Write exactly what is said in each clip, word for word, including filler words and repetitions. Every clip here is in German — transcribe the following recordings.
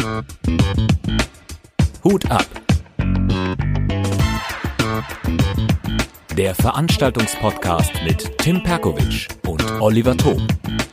Hut ab. Der Veranstaltungspodcast mit Tim Perkovic und Oliver Thom.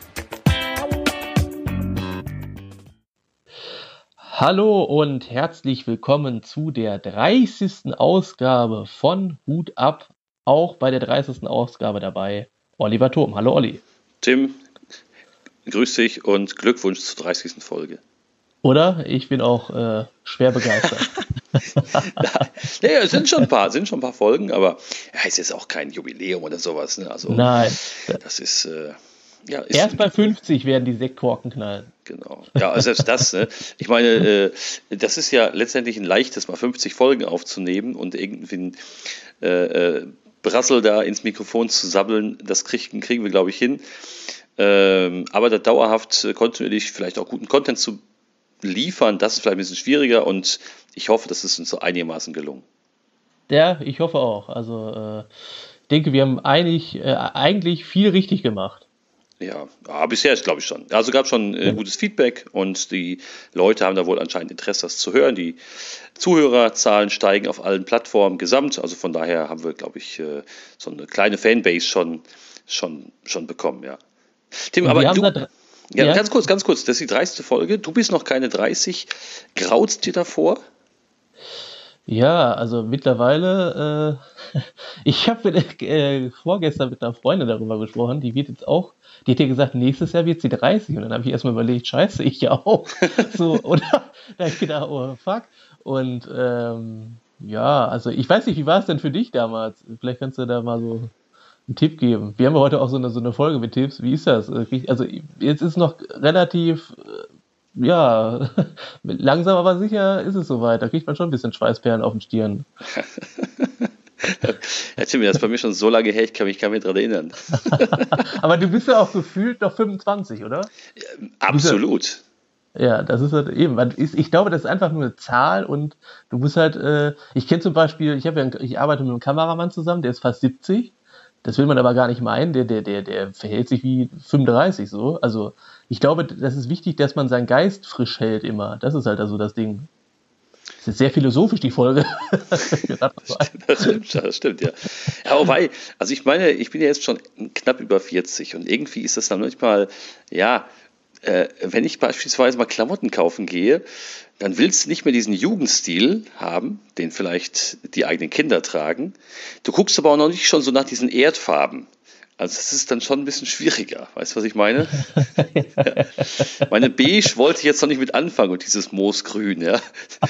Hallo und herzlich willkommen zu der dreißigsten Ausgabe von Hut ab. Auch bei der dreißigsten Ausgabe dabei Oliver Thom. Hallo Olli. Tim, grüß dich und Glückwunsch zur dreißigsten Folge. Oder? Ich bin auch äh, schwer begeistert. ja, ja, es sind schon ein paar, sind schon ein paar Folgen, aber ja, es ist auch kein Jubiläum oder sowas. Ne? Also, Nein. Das ist, äh, ja, ist erst bei fünfzig werden die Sektkorken knallen. Genau. Ja, also selbst das. Ne? Ich meine, äh, das ist ja letztendlich ein leichtes, mal fünfzig Folgen aufzunehmen und irgendwie ein äh, äh, Brassel da ins Mikrofon zu sabbeln. Das kriegen, kriegen wir, glaube ich, hin. Ähm, aber da dauerhaft äh, kontinuierlich vielleicht auch guten Content zu liefern, das ist vielleicht ein bisschen schwieriger und ich hoffe, das ist uns so einigermaßen gelungen. Ja, ich hoffe auch. Also äh, ich denke, wir haben einig, äh, eigentlich viel richtig gemacht. Ja, ja bisher ist, glaube ich, schon. Also gab schon äh, ja. gutes Feedback und die Leute haben da wohl anscheinend Interesse, das zu hören. Die Zuhörerzahlen steigen auf allen Plattformen gesamt. Also von daher haben wir, glaube ich, äh, so eine kleine Fanbase schon, schon, schon bekommen, ja. Tim, und aber wir du... haben da Ja, ja, ganz kurz, ganz kurz. Das ist die dreißigste Folge. Du bist noch keine dreißig. Graut's dir davor? Ja, also mittlerweile, äh, ich habe äh, vorgestern mit einer Freundin darüber gesprochen, die wird jetzt auch, die hat ja gesagt, nächstes Jahr wird sie dreißig und dann habe ich erstmal überlegt, scheiße, ich ja auch. So, oder? Da habe ich gedacht, oh fuck. Und ähm, ja, also ich weiß nicht, wie war es denn für dich damals? Vielleicht kannst du da mal so einen Tipp geben. Wir haben ja heute auch so eine, so eine Folge mit Tipps. Wie ist das? Also jetzt ist noch relativ, ja, langsam aber sicher ist es soweit. Da kriegt man schon ein bisschen Schweißperlen auf den Stirn. Ja, Tim, das ist bei mir schon so lange her, ich kann mich gar nicht dran erinnern. Aber du bist ja auch gefühlt noch fünfundzwanzig, oder? Ja, absolut. Ja, das ist halt eben. Ich glaube, das ist einfach nur eine Zahl und du musst halt, äh, ich kenne zum Beispiel, ich habe ja, ich arbeite mit einem Kameramann zusammen, der ist fast siebzig. Das will man aber gar nicht meinen, der, der, der, der verhält sich wie fünfunddreißig so. Also ich glaube, das ist wichtig, dass man seinen Geist frisch hält immer. Das ist halt also das Ding. Das ist sehr philosophisch, die Folge. das stimmt, das stimmt, ja. Ja, wobei, also ich meine, ich bin ja jetzt schon knapp über vierzig und irgendwie ist das dann manchmal, ja, äh, wenn ich beispielsweise mal Klamotten kaufen gehe, dann willst du nicht mehr diesen Jugendstil haben, den vielleicht die eigenen Kinder tragen. Du guckst aber auch noch nicht schon so nach diesen Erdfarben. Also das ist dann schon ein bisschen schwieriger. Weißt du, was ich meine? Ja. Meine Beige wollte ich jetzt noch nicht mit anfangen und dieses Moosgrün, ja.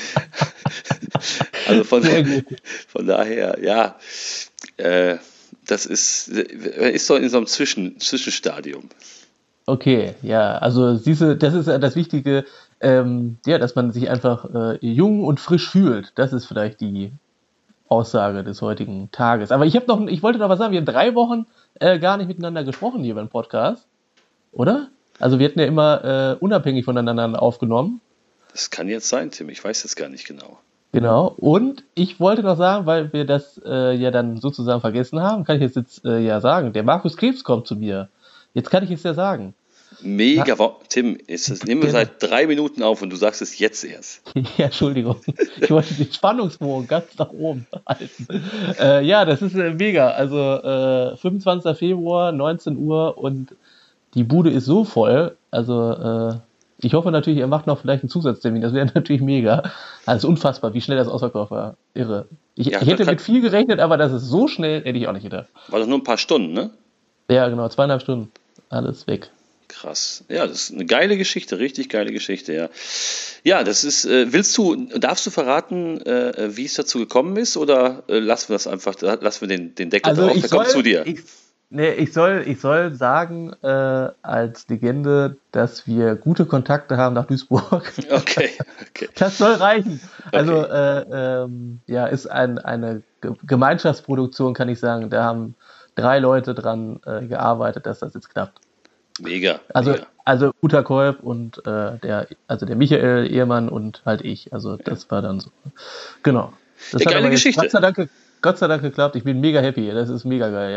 Also von, von daher, ja, äh, das ist, ist so in so einem Zwischen, Zwischenstadium. Okay, ja, also diese, das ist das Wichtige, ähm, ja, dass man sich einfach äh, jung und frisch fühlt. Das ist vielleicht die Aussage des heutigen Tages. Aber ich habe noch, ich wollte noch was sagen. Wir haben drei Wochen äh, gar nicht miteinander gesprochen hier beim Podcast, oder? Also wir hatten ja immer äh, unabhängig voneinander aufgenommen. Das kann jetzt sein, Tim. Ich weiß jetzt gar nicht genau. Genau. Und ich wollte noch sagen, weil wir das äh, ja dann sozusagen vergessen haben, kann ich jetzt, jetzt äh, ja sagen. Der Markus Krebs kommt zu mir. Jetzt kann ich es ja sagen. Mega, Na, Tim, ist nehmen wir seit drei Minuten auf und du sagst es jetzt erst. Ja, Entschuldigung. Ich wollte den Spannungsbogen ganz nach oben halten. Äh, ja, das ist äh, mega. Also äh, fünfundzwanzigster Februar, neunzehn Uhr und die Bude ist so voll. Also äh, ich hoffe natürlich, ihr macht noch vielleicht einen Zusatztermin. Das wäre natürlich mega. Also unfassbar, wie schnell das ausverkauft war. Irre. Ich, ja, ich hätte mit viel gerechnet, aber das ist so schnell, hätte ich auch nicht gedacht. War doch nur ein paar Stunden, ne? Ja, genau, zweieinhalb Stunden. Alles weg. Krass. Ja, das ist eine geile Geschichte, richtig geile Geschichte, ja. Ja, das ist, äh, willst du, darfst du verraten, äh, wie es dazu gekommen ist oder äh, lassen wir das einfach, lassen wir den, den Deckel also drauf, der kommt zu dir. Ich, nee, ich soll, ich soll sagen, äh, als Legende, dass wir gute Kontakte haben nach Duisburg. Okay, okay. Das soll reichen. Okay. Also, äh, ähm, ja, ist ein, eine Gemeinschaftsproduktion, kann ich sagen. Da haben drei Leute dran äh, gearbeitet, dass das jetzt klappt. Mega. Also, mega. also Uta Kolb und äh, der, also der Michael Ehemann und halt ich. Also das ja. war dann so. Genau. Das ja, hat geile aber jetzt Geschichte. Gott sei Dank, Gott sei Dank geklappt. Ich bin mega happy. Das ist mega geil, ja.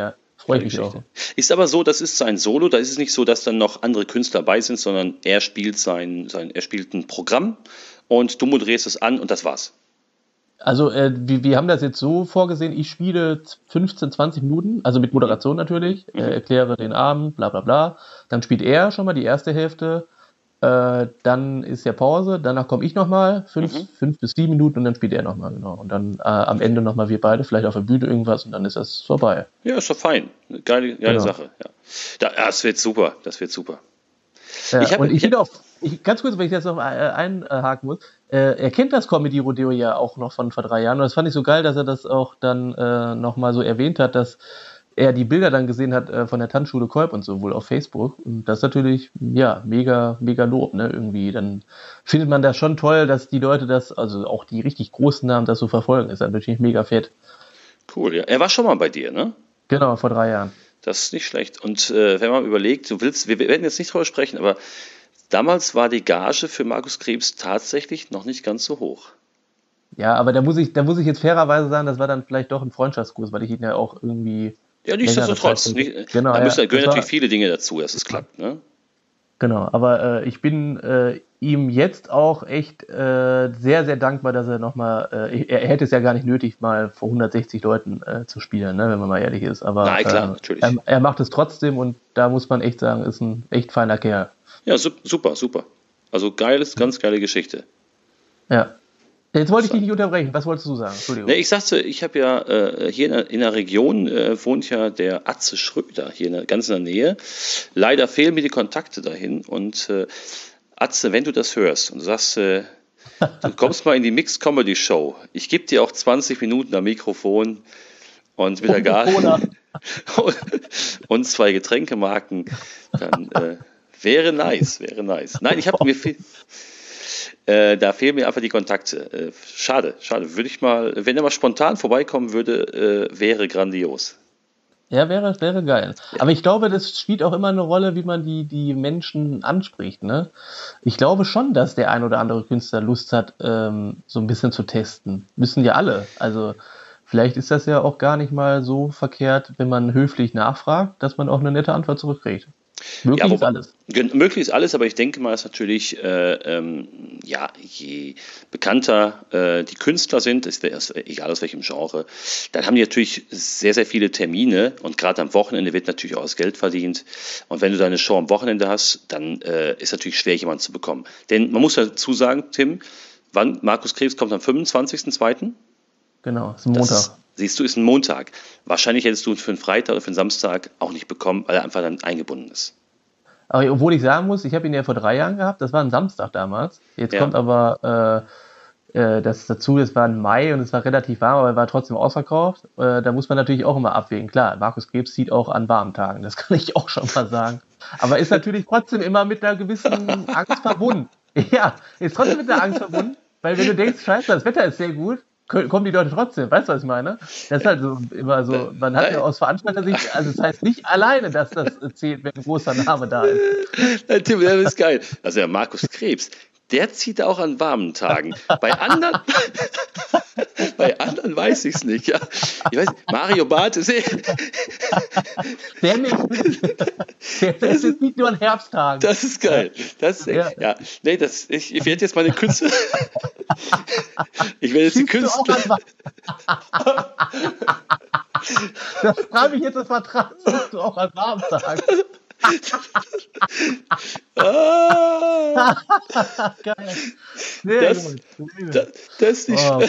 Freue ich mich auch. Ist aber so, das ist sein Solo, da ist es nicht so, dass dann noch andere Künstler dabei sind, sondern er spielt sein, sein er spielt ein Programm und du moderierst es an und das war's. Also äh, wir, wir haben das jetzt so vorgesehen, ich spiele fünfzehn, zwanzig Minuten, also mit Moderation natürlich, Mhm. äh, erkläre den Abend, bla bla bla. Dann spielt er schon mal die erste Hälfte, äh, dann ist ja Pause, danach komme ich nochmal, fünf, Mhm. fünf bis sieben Minuten und dann spielt er nochmal, genau. Und dann äh, am Ende nochmal wir beide, vielleicht auf der Bühne irgendwas und dann ist das vorbei. Ja, ist doch fein. Eine geile, geile Genau. Sache. Ja. Da, das wird super, das wird super. Ja, Ich hab- und ich ich finde auch, ich, ganz kurz, wenn ich das noch äh, einhaken muss, äh, er kennt das Comedy Rodeo ja auch noch von vor drei Jahren und das fand ich so geil, dass er das auch dann äh, nochmal so erwähnt hat, dass er die Bilder dann gesehen hat äh, von der Tanzschule Kolb und so wohl auf Facebook und das ist natürlich, ja, mega, mega Lob, ne, irgendwie, dann findet man das schon toll, dass die Leute das, also auch die richtig großen Namen das so verfolgen, ist natürlich mega fett. Cool, ja. Er war schon mal bei dir, ne? Genau, vor drei Jahren. Das ist nicht schlecht. Und äh, wenn man überlegt, du willst, wir werden jetzt nicht drüber sprechen, aber damals war die Gage für Markus Krebs tatsächlich noch nicht ganz so hoch. Ja, aber da muss ich, da muss ich jetzt fairerweise sagen, das war dann vielleicht doch ein Freundschaftskurs, weil ich ihn ja auch irgendwie. Ja, nichtsdestotrotz. längere Zeit- Nicht, Genau, da ja, müssen, da gehören das war- natürlich viele Dinge dazu, dass es klappt. Ne? Genau, aber äh, ich bin äh, ihm jetzt auch echt äh, sehr, sehr dankbar, dass er nochmal, äh, er, er hätte es ja gar nicht nötig, mal vor hundertsechzig Leuten äh, zu spielen, ne, wenn man mal ehrlich ist. Aber Nein, klar, äh, natürlich. Er, er macht es trotzdem und da muss man echt sagen, ist ein echt feiner Kerl. Ja, su- super, super. Also geiles, ganz geile Geschichte. Ja. Jetzt wollte ich dich nicht unterbrechen. Was wolltest du sagen? Entschuldigung. Ne, ich sagte, ich habe ja äh, hier in der, in der Region äh, wohnt ja der Atze Schröder, hier in der, ganz in der Nähe. Leider fehlen mir die Kontakte dahin. Und äh, Atze, wenn du das hörst und du sagst, äh, du kommst mal in die Mixed Comedy Show, ich gebe dir auch zwanzig Minuten am Mikrofon und mit der Cola. Gage und zwei Getränkemarken, dann äh, wäre nice, wäre nice. Nein, ich habe mir viel. Äh, da fehlen mir einfach die Kontakte. Äh, schade, schade. Würde ich mal, wenn er mal spontan vorbeikommen würde, äh, wäre grandios. Ja, wäre, wäre geil. Aber ich glaube, das spielt auch immer eine Rolle, wie man die, die Menschen anspricht. Ne? Ich glaube schon, dass der ein oder andere Künstler Lust hat, ähm, so ein bisschen zu testen. Müssen ja alle. Also vielleicht ist das ja auch gar nicht mal so verkehrt, wenn man höflich nachfragt, dass man auch eine nette Antwort zurückkriegt. Möglich Ja, ist wo- alles. Gen- Möglich ist alles, aber ich denke mal, ist natürlich, äh, ähm, ja, je bekannter äh, die Künstler sind, ist, ist, egal aus welchem Genre, dann haben die natürlich sehr, sehr viele Termine und gerade am Wochenende wird natürlich auch das Geld verdient. Und wenn du deine Show am Wochenende hast, dann äh, ist natürlich schwer, jemanden zu bekommen. Denn man muss dazu sagen, Tim, wann Markus Krebs kommt am fünfundzwanzigsten zweiten? Genau, ist ein Montag. Das, siehst du, ist ein Montag. Wahrscheinlich hättest du ihn für einen Freitag oder für einen Samstag auch nicht bekommen, weil er einfach dann eingebunden ist. Aber obwohl ich sagen muss, ich habe ihn ja vor drei Jahren gehabt, das war ein Samstag damals. Jetzt Ja. kommt aber äh, äh, das dazu, es war im Mai und es war relativ warm, aber er war trotzdem ausverkauft. Äh, da muss man natürlich auch immer abwägen. Klar, Markus Krebs zieht auch an warmen Tagen, das kann ich auch schon mal sagen. Aber ist natürlich trotzdem immer mit einer gewissen Angst verbunden. Ja, ist trotzdem mit einer Angst verbunden, weil wenn du denkst, scheiße, das Wetter ist sehr gut, kö- kommen die Leute trotzdem. Weißt du, was ich meine? Das ist halt so immer so, man hat ja aus Veranstalter-Sicht, also es das heißt nicht alleine, dass das zählt, wenn ein großer Name da ist. Nein, Tim, das ist geil. Also der Markus Krebs, der zieht auch an warmen Tagen. Bei anderen, bei anderen weiß ich es nicht. Ja. Ich weiß, Mario Barth ist eh, Der nicht. Der ist jetzt nicht nur an Herbsttagen. das ist geil. Das ist, Ja. ja. Nee, das, ich, ich werde jetzt meine Künstler. Ich werde jetzt die Siehst du auch Künstler. an Wa- Das schreibe ich jetzt im Vertrag. Siehst du auch an warmen Tagen. Ah, Geil. Sehr Das- gut. Sehr gut. das, das ist nicht Oh,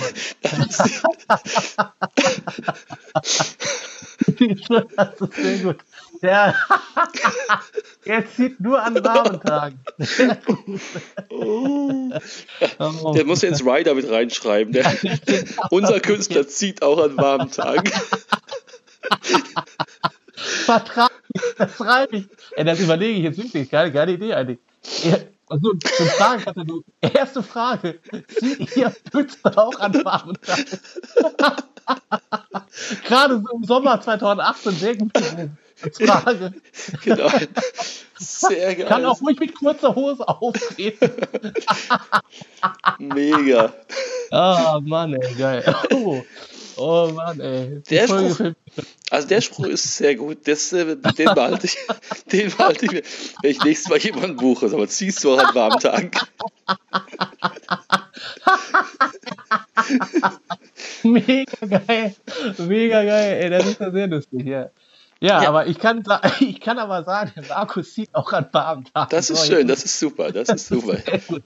das ist sehr gut. Der, er zieht nur an warmen Tagen. Sehr gut. Oh. Oh. Der muss ja ins Rider mit reinschreiben. Der, unser Künstler zieht auch an warmen Tagen. Vertrag, das schreibe ich. Ey, das überlege ich jetzt wirklich. Geile, geile Idee eigentlich. Ja, also, so ein Fragenkatalog. Erste Frage. Zieht ihr Künstler auch an warmen Tagen? Gerade so im Sommer zweitausendachtzehn sehr gut gewesen. Als Frage. Genau. Sehr geil. Kann auch ruhig mit kurzer Hose auftreten. Mega. Ah, Mann, ey, geil. Oh. Oh Mann, ey. Die Der Folge Spruch, fällt- also der Spruch ist sehr gut. Das, äh, den behalte ich, den behalte ich mir, wenn ich nächstes Mal jemanden buche. Aber ziehst du auch an warmen Tagen. Mega geil. Mega geil, ey. Das ist ja sehr lustig, ja. Ja, Ja. aber ich kann, sa- ich kann aber sagen, Markus zieht auch an warmen Tagen. Das ist So, schön, jetzt- das ist super, das ist super.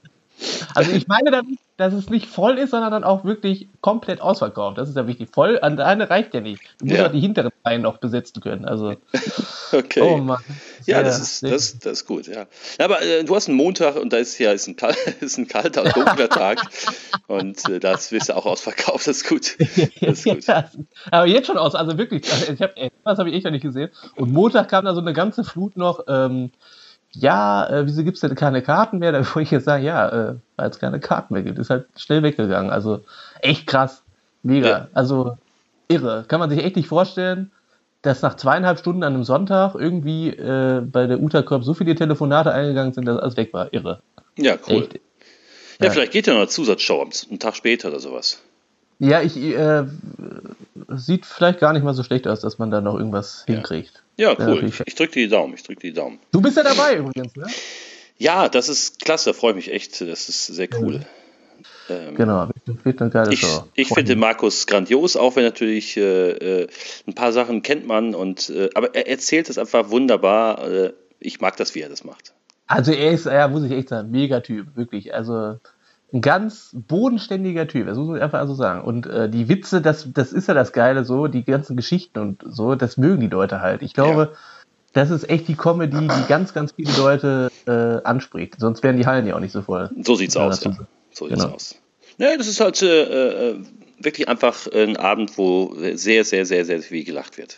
Also ich meine damit, dass es nicht voll ist, sondern dann auch wirklich komplett ausverkauft. Das ist ja wichtig. Voll alleine reicht ja nicht. Du musst Ja. auch die hinteren Reihen noch besetzen können. Also, Okay. oh Mann. Ja, Sehr, das ist, sehr- das, das ist gut, ja. Ja, aber äh, du hast einen Montag und da ist ja ist ein, kal ist ein kalter und dunkler Tag und äh, das wirst du auch ausverkauft, das ist gut. Das ist gut. Ja, aber jetzt schon aus, also wirklich, also ich hab, ey, das habe ich echt noch nicht gesehen. Und Montag kam da so eine ganze Flut noch, ähm, ja, äh, wieso gibt es denn keine Karten mehr? Da wo ich jetzt sagen, ja, äh, weil es keine Karten mehr gibt. Ist halt schnell weggegangen. Also echt krass. Mega. Ja. Also irre. Kann man sich echt nicht vorstellen, dass nach zweieinhalb Stunden an einem Sonntag irgendwie äh, bei der Uta Corp so viele Telefonate eingegangen sind, dass alles weg war. Irre. Ja, cool. Echt. Ja, Ja. vielleicht geht ja noch eine Zusatzshow am- einen Tag später oder sowas. Ja, ich äh, sieht vielleicht gar nicht mal so schlecht aus, dass man da noch irgendwas Ja. hinkriegt. Ja, Ja, cool. natürlich. Ich drücke dir die Daumen, ich drücke dir die Daumen. Du bist ja dabei übrigens, ne? Ja, das ist klasse, da freue ich mich echt, das ist sehr cool. Ähm, Genau, wird, wird eine geile Ich, Show. ich finde den Markus grandios, auch wenn natürlich äh, äh, ein paar Sachen kennt man, und äh, aber er erzählt es einfach wunderbar. Äh, ich mag das, wie er das macht. Also er ist, ja, muss ich echt sagen, Megatyp, wirklich. Also ein ganz bodenständiger Typ, das muss man einfach so sagen. Und äh, die Witze, das, das ist ja das Geile so, die ganzen Geschichten und so, das mögen die Leute halt. Ich glaube, das ist echt die Comedy, die ganz, ganz viele Leute äh, anspricht. Sonst wären die Hallen ja auch nicht so voll. So sieht's Ja, aus, das ja. ist- So sieht's genau. aus. Ja, das ist halt äh, äh, wirklich einfach ein Abend, wo sehr, sehr, sehr, sehr viel gelacht wird,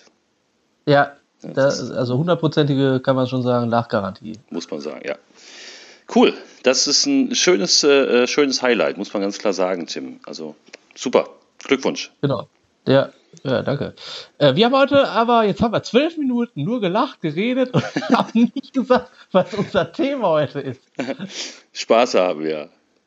Ja, das das, also hundertprozentige, kann man schon sagen, Lachgarantie. muss man sagen, ja. Cool, das ist ein schönes, äh, schönes Highlight, muss man ganz klar sagen, Tim. Also super, Glückwunsch. Genau. Ja, ja, danke. Äh, wir haben heute aber, jetzt haben wir zwölf Minuten nur gelacht, geredet und haben nicht gesagt, was unser Thema heute ist. Spaß haben wir.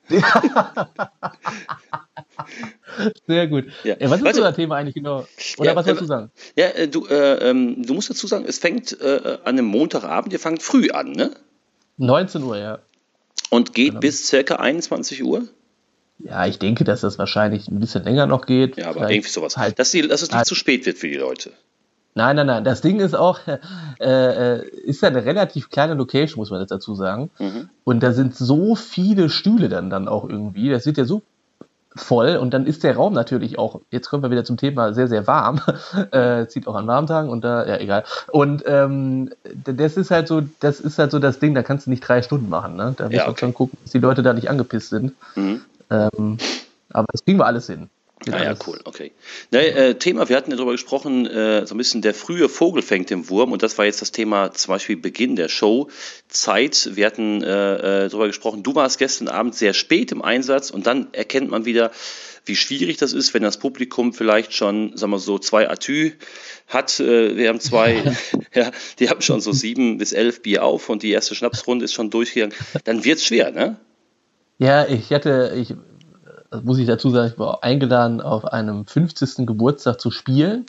Sehr gut. Ja. Ja, was ist Warte. unser Thema eigentlich genau? Oder Ja, was wolltest äh, du sagen? Ja, äh, du, äh, ähm, du musst dazu sagen, es fängt äh, an einem Montagabend, ihr fangt früh an, ne? neunzehn Uhr, ja. Und geht Genau. bis circa einundzwanzig Uhr? Ja, ich denke, dass das wahrscheinlich ein bisschen länger noch geht. Ja, aber Vielleicht irgendwie sowas. Halt. Dass, die, dass es nicht halt- zu spät wird für die Leute. Nein, nein, nein. Das Ding ist auch, äh, äh, ist ja eine relativ kleine Location, muss man jetzt dazu sagen. Mhm. Und da sind so viele Stühle dann, dann auch irgendwie. Das wird ja so voll und dann ist der Raum natürlich auch, jetzt kommen wir wieder zum Thema, sehr, sehr warm. äh, zieht auch an warmen Tagen und da, ja, egal. Und ähm, das ist halt so, das ist halt so das Ding, da kannst du nicht drei Stunden machen, ne? Da muss Ja, man okay. schon gucken, dass die Leute da nicht angepisst sind. Mhm. Ähm, aber das kriegen wir alles hin. Wird Ah ja, alles- cool, okay. Ne, äh, Thema, wir hatten ja darüber gesprochen, äh, so ein bisschen der frühe Vogel fängt den Wurm, und das war jetzt das Thema zum Beispiel Beginn der Show, Zeit. Wir hatten äh, äh, darüber gesprochen, du warst gestern Abend sehr spät im Einsatz, und dann erkennt man wieder, wie schwierig das ist, wenn das Publikum vielleicht schon, sagen wir so, zwei Atü hat. Äh, wir haben zwei, ja, die haben schon so sieben bis elf Bier auf und die erste Schnapsrunde ist schon durchgegangen. Dann wird's schwer, ne? Ja, ich hatte, ich, das muss ich dazu sagen, ich war eingeladen, auf einem fünfzigsten Geburtstag zu spielen.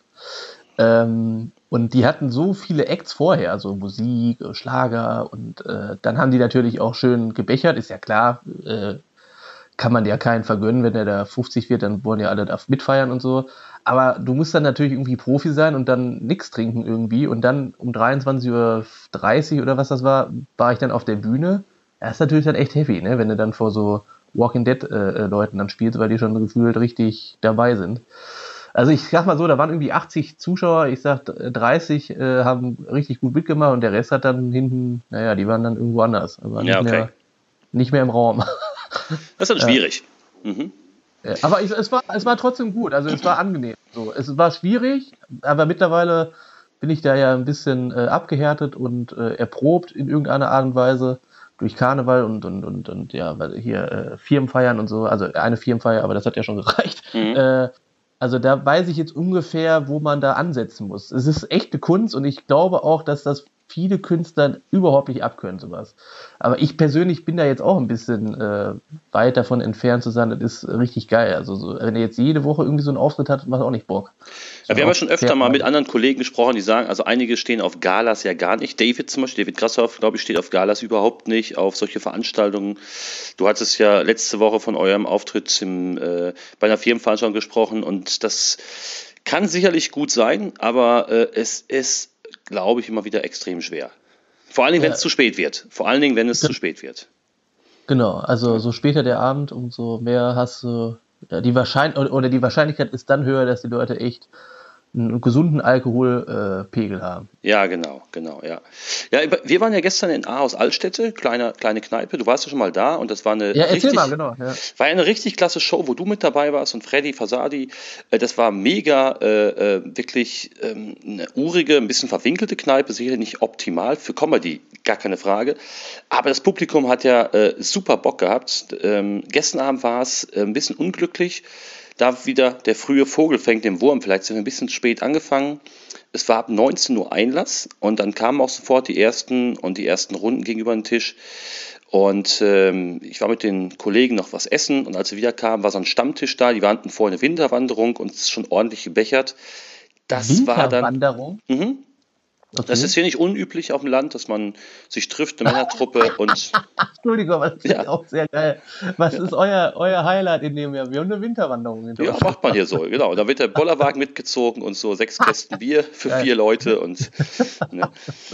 Ähm, und die hatten so viele Acts vorher, also Musik, Schlager, und äh, dann haben die natürlich auch schön gebechert, ist ja klar, äh, kann man ja keinen vergönnen, wenn der da fünfzig wird, dann wollen ja alle da mitfeiern und so. Aber du musst dann natürlich irgendwie Profi sein und dann nichts trinken irgendwie. Und dann um dreiundzwanzig Uhr dreißig oder was das war, war ich dann auf der Bühne. Das ist natürlich dann echt heavy, ne? Wenn du dann vor so Walking Dead äh, Leuten dann spielst, weil die schon gefühlt richtig dabei sind. Also ich sag mal so, da waren irgendwie achtzig Zuschauer, ich sag dreißig äh, haben richtig gut mitgemacht und der Rest hat dann hinten, naja, die waren dann irgendwo anders. Aber nicht, Ja, okay. mehr, nicht mehr im Raum. Das ist dann schwierig. Mhm. Äh, Aber ich, es, war, es war trotzdem gut, also es war angenehm. So, es war schwierig, aber mittlerweile bin ich da ja ein bisschen äh, abgehärtet und äh, erprobt in irgendeiner Art und Weise durch Karneval und, und, und, und ja, weil hier äh, Firmenfeiern und so, also eine Firmenfeier, aber das hat ja schon gereicht. Mhm. Äh, also da weiß ich jetzt ungefähr, wo man da ansetzen muss. Es ist echte Kunst und ich glaube auch, dass das viele Künstler überhaupt nicht abkönnen, sowas. Aber ich persönlich bin da jetzt auch ein bisschen äh, weit davon entfernt zu sagen, das ist richtig geil. Also so, wenn er jetzt jede Woche irgendwie so einen Auftritt hat, macht auch nicht Bock. So Ja, wir haben ja schon öfter mal mit fair- anderen Kollegen gesprochen, die sagen, also einige stehen auf Galas ja gar nicht. David zum Beispiel, David Grassoff, glaube ich, steht auf Galas überhaupt nicht, auf solche Veranstaltungen. Du hattest ja letzte Woche von eurem Auftritt im, äh, bei einer Firmenveranstaltung gesprochen und das kann sicherlich gut sein, aber äh, es ist, glaube ich, immer wieder extrem schwer. Vor allen Dingen, wenn Ja. es zu spät wird. Vor allen Dingen, wenn es Ge- zu spät wird. Genau, also so später der Abend, umso mehr hast du, ja, die Wahrscheinlich oder die Wahrscheinlichkeit ist dann höher, dass die Leute echt einen gesunden Alkoholpegel äh, Pegel haben. Ja, genau, genau, ja. Ja, wir waren ja gestern in Ahaus Altstädte, kleine, kleine Kneipe. Du warst ja schon mal da und das war eine Ja, erzähl richtig, mal, genau. Ja. war eine richtig klasse Show, wo du mit dabei warst und Freddy Fasadi. Äh, Das war mega, äh, äh, wirklich ähm, eine urige, ein bisschen verwinkelte Kneipe, sicher nicht optimal für Comedy, gar keine Frage. Aber das Publikum hat ja äh, super Bock gehabt. Ähm, gestern Abend war es äh, ein bisschen unglücklich. Da wieder der frühe Vogel fängt den Wurm. Vielleicht sind wir ein bisschen spät angefangen. Es war ab neunzehn Uhr Einlass und dann kamen auch sofort die ersten und die ersten Runden gegenüber den Tisch. Und ähm, ich war mit den Kollegen noch was essen und als wir wieder kamen, war so ein Stammtisch da. Die hatten vorher eine Winterwanderung und es ist schon ordentlich gebechert. Das war dann. Winterwanderung. Mhm. Okay. Das ist hier nicht unüblich auf dem Land, dass man sich trifft, eine Männertruppe und Entschuldigung, aber das Ja. ist auch sehr geil. Was ist euer, euer Highlight in dem Jahr? Wir haben eine Winterwanderung hinter ja, uns. macht man hier so, genau. Und dann wird der Bollerwagen mitgezogen und so sechs Kästen Bier für Geil. vier Leute und ne.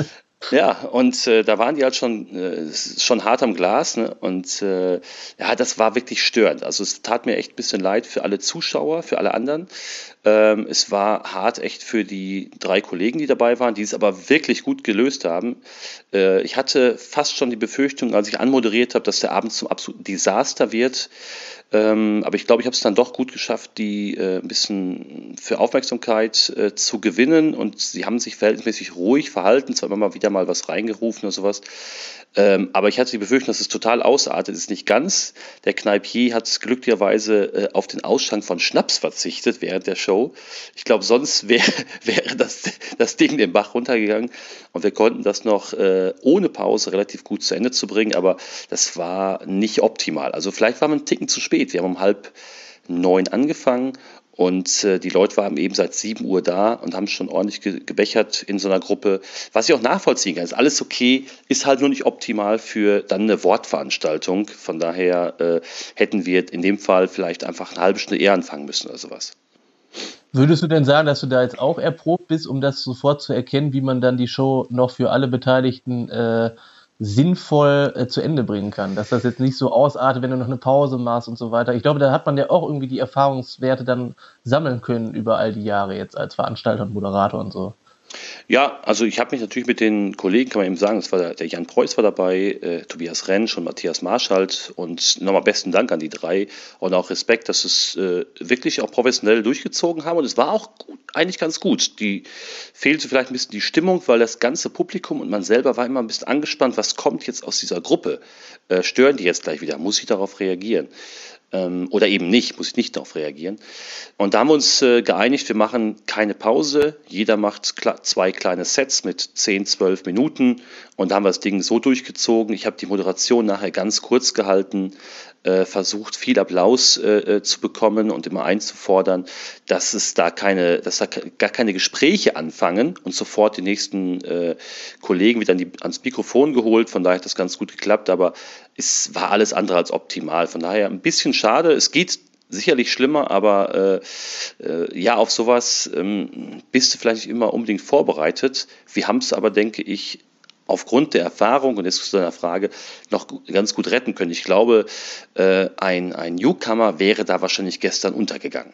Ja, und äh, da waren die halt schon, äh, schon hart am Glas, ne? Und äh, ja, das war wirklich störend. Also es tat mir echt ein bisschen leid für alle Zuschauer, für alle anderen. Ähm, es war hart echt für die drei Kollegen, die dabei waren, die es aber wirklich gut gelöst haben. Äh, ich hatte fast schon die Befürchtung, als ich anmoderiert habe, dass der Abend zum absoluten Desaster wird. Ähm, aber ich glaube, ich habe es dann doch gut geschafft, die äh, ein bisschen für Aufmerksamkeit äh, zu gewinnen. Und sie haben sich verhältnismäßig ruhig verhalten, zwar immer mal wieder mal was reingerufen oder sowas. Ähm, aber ich hatte die Befürchtung, dass es total ausartet. Es ist nicht ganz. Der Kneipier hat glücklicherweise äh, auf den Ausschank von Schnaps verzichtet während der Show. Ich glaube, sonst wär, wäre das, das Ding den Bach runtergegangen. Und wir konnten das noch äh, ohne Pause relativ gut zu Ende zu bringen. Aber das war nicht optimal. Also vielleicht war man einen Ticken zu spät. Wir haben um halb neun angefangen. Und äh, die Leute waren eben seit sieben Uhr da und haben schon ordentlich ge- gebechert in so einer Gruppe, was ich auch nachvollziehen kann. Ist alles okay, ist halt nur nicht optimal für dann eine Wortveranstaltung. Von daher äh, hätten wir in dem Fall vielleicht einfach eine halbe Stunde eher anfangen müssen oder sowas. Würdest du denn sagen, dass du da jetzt auch erprobt bist, um das sofort zu erkennen, wie man dann die Show noch für alle Beteiligten äh, sinnvoll äh, zu Ende bringen kann? Dass das jetzt nicht so ausartet, wenn du noch eine Pause machst und so weiter. Ich glaube, da hat man ja auch irgendwie die Erfahrungswerte dann sammeln können über all die Jahre jetzt als Veranstalter und Moderator und so. Ja, also ich habe mich natürlich mit den Kollegen, kann man eben sagen, das war der, der Jan Preuß war dabei, äh, Tobias Rentsch und Matthias Marschalt und nochmal besten Dank an die drei und auch Respekt, dass es äh, wirklich auch professionell durchgezogen haben und es war auch gut, eigentlich ganz gut. Die fehlte vielleicht ein bisschen die Stimmung, weil das ganze Publikum und man selber war immer ein bisschen angespannt, was kommt jetzt aus dieser Gruppe? Äh, stören die jetzt gleich wieder? Muss ich darauf reagieren? Ähm, oder eben nicht, muss ich nicht darauf reagieren. Und da haben wir uns äh, geeinigt, wir machen keine Pause. Jeder macht kla- zwei kleine Sets mit zehn, zwölf Minuten und da haben wir das Ding so durchgezogen. Ich habe die Moderation nachher ganz kurz gehalten, äh, versucht viel Applaus äh, zu bekommen und immer einzufordern, dass es da keine, dass da gar keine Gespräche anfangen und sofort die nächsten äh, Kollegen wieder an die, ans Mikrofon geholt. Von daher hat das ganz gut geklappt, aber es war alles andere als optimal. Von daher ein bisschen schade. Es geht sicherlich schlimmer, aber äh, äh, ja, auf sowas ähm, bist du vielleicht nicht immer unbedingt vorbereitet. Wir haben es aber, denke ich, aufgrund der Erfahrung, und jetzt zu deiner Frage, noch gu- ganz gut retten können. Ich glaube, äh, ein, ein Newcomer wäre da wahrscheinlich gestern untergegangen.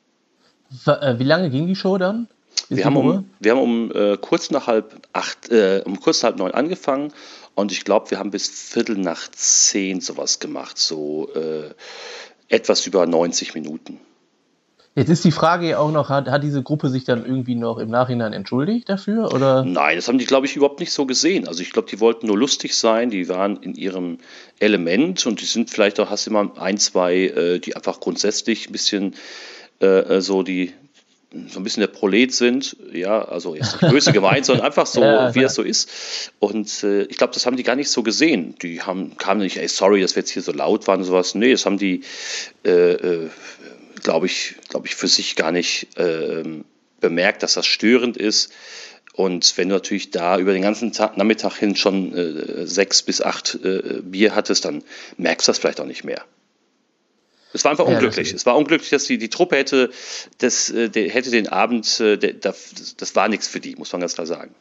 Wa- äh, Wie lange ging die Show dann? Bis Wir wie haben viel Uhr? um, wir haben um äh, kurz nach halb acht, äh, um kurz nach halb neun angefangen und ich glaube, wir haben bis Viertel nach zehn sowas gemacht, so äh, etwas über neunzig Minuten. Jetzt ist die Frage ja auch noch, hat, hat diese Gruppe sich dann irgendwie noch im Nachhinein entschuldigt dafür? Oder? Nein, das haben die, glaube ich, überhaupt nicht so gesehen. Also ich glaube, die wollten nur lustig sein, die waren in ihrem Element und die sind vielleicht auch, hast immer ein, zwei, äh, die einfach grundsätzlich ein bisschen äh, so die so ein bisschen der Prolet sind, ja, also jetzt nicht böse gemeint, sondern einfach so, Ja, wie klar. es so ist. Und äh, ich glaube, das haben die gar nicht so gesehen. Die haben, kamen nicht, ey, sorry, dass wir jetzt hier so laut waren und sowas. Nee, das haben die, äh, äh, glaube ich, glaube ich, für sich gar nicht äh, bemerkt, dass das störend ist. Und wenn du natürlich da über den ganzen Tag, Nachmittag hin schon äh, sechs bis acht äh, Bier hattest, dann merkst du das vielleicht auch nicht mehr. Es war einfach Ja, unglücklich. das- Es war unglücklich, dass die, die Truppe hätte, das, äh, der, hätte den Abend, äh, der, das, das war nichts für die, muss man ganz klar sagen.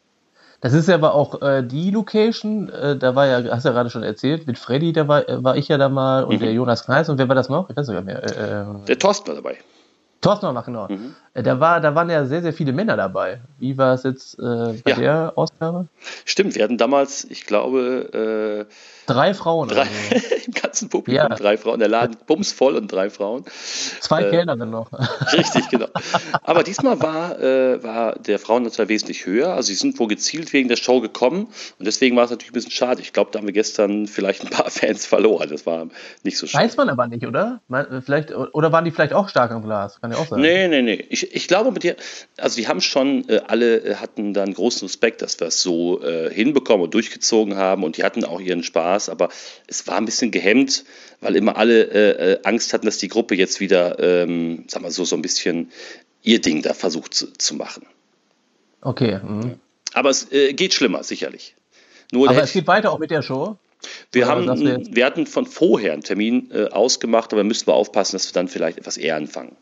Das ist ja aber auch äh, die Location, äh, da war ja, hast du ja gerade schon erzählt, mit Freddy, da war, äh, war ich ja da mal und Mhm. der Jonas Kneis und wer war das noch? Ich weiß nicht mehr. Äh, äh, Der Thorsten war dabei. Thorsten noch, genau. Mhm. Äh, Da, war, da waren ja sehr, sehr viele Männer dabei. Wie war es jetzt äh, bei Ja. der Ausgabe? Stimmt, wir hatten damals, ich glaube, äh, Drei Frauen. drei, Oder so. im ganzen Publikum Ja. drei Frauen. Der Laden bumsvoll und drei Frauen. Zwei Äh, Kellnerinnen noch. Richtig, genau. Aber diesmal war, äh, war der Frauenanteil wesentlich höher. Also sie sind wohl gezielt wegen der Show gekommen und deswegen war es natürlich ein bisschen schade. Ich glaube, da haben wir gestern vielleicht ein paar Fans verloren. Das war nicht so schön. Weiß man aber nicht, oder? Man, vielleicht, oder waren die vielleicht auch stark am Glas? Kann ja auch sein. Nee, nee, nee. Ich, ich glaube mit dir, also die haben schon, äh, alle äh, hatten dann großen Respekt, dass wir es so äh, hinbekommen und durchgezogen haben und die hatten auch ihren Spaß, aber es war ein bisschen gehemmt, weil immer alle äh, äh, Angst hatten, dass die Gruppe jetzt wieder, ähm, sag mal so, so ein bisschen ihr Ding da versucht zu, zu machen. Okay. Mhm. Aber es äh, geht schlimmer, sicherlich. Nur Aber der, es geht weiter auch mit der Show. wir, oder haben, sagst du jetzt? wir hatten von vorher einen Termin äh, ausgemacht, aber müssen wir aufpassen, dass wir dann vielleicht etwas eher anfangen.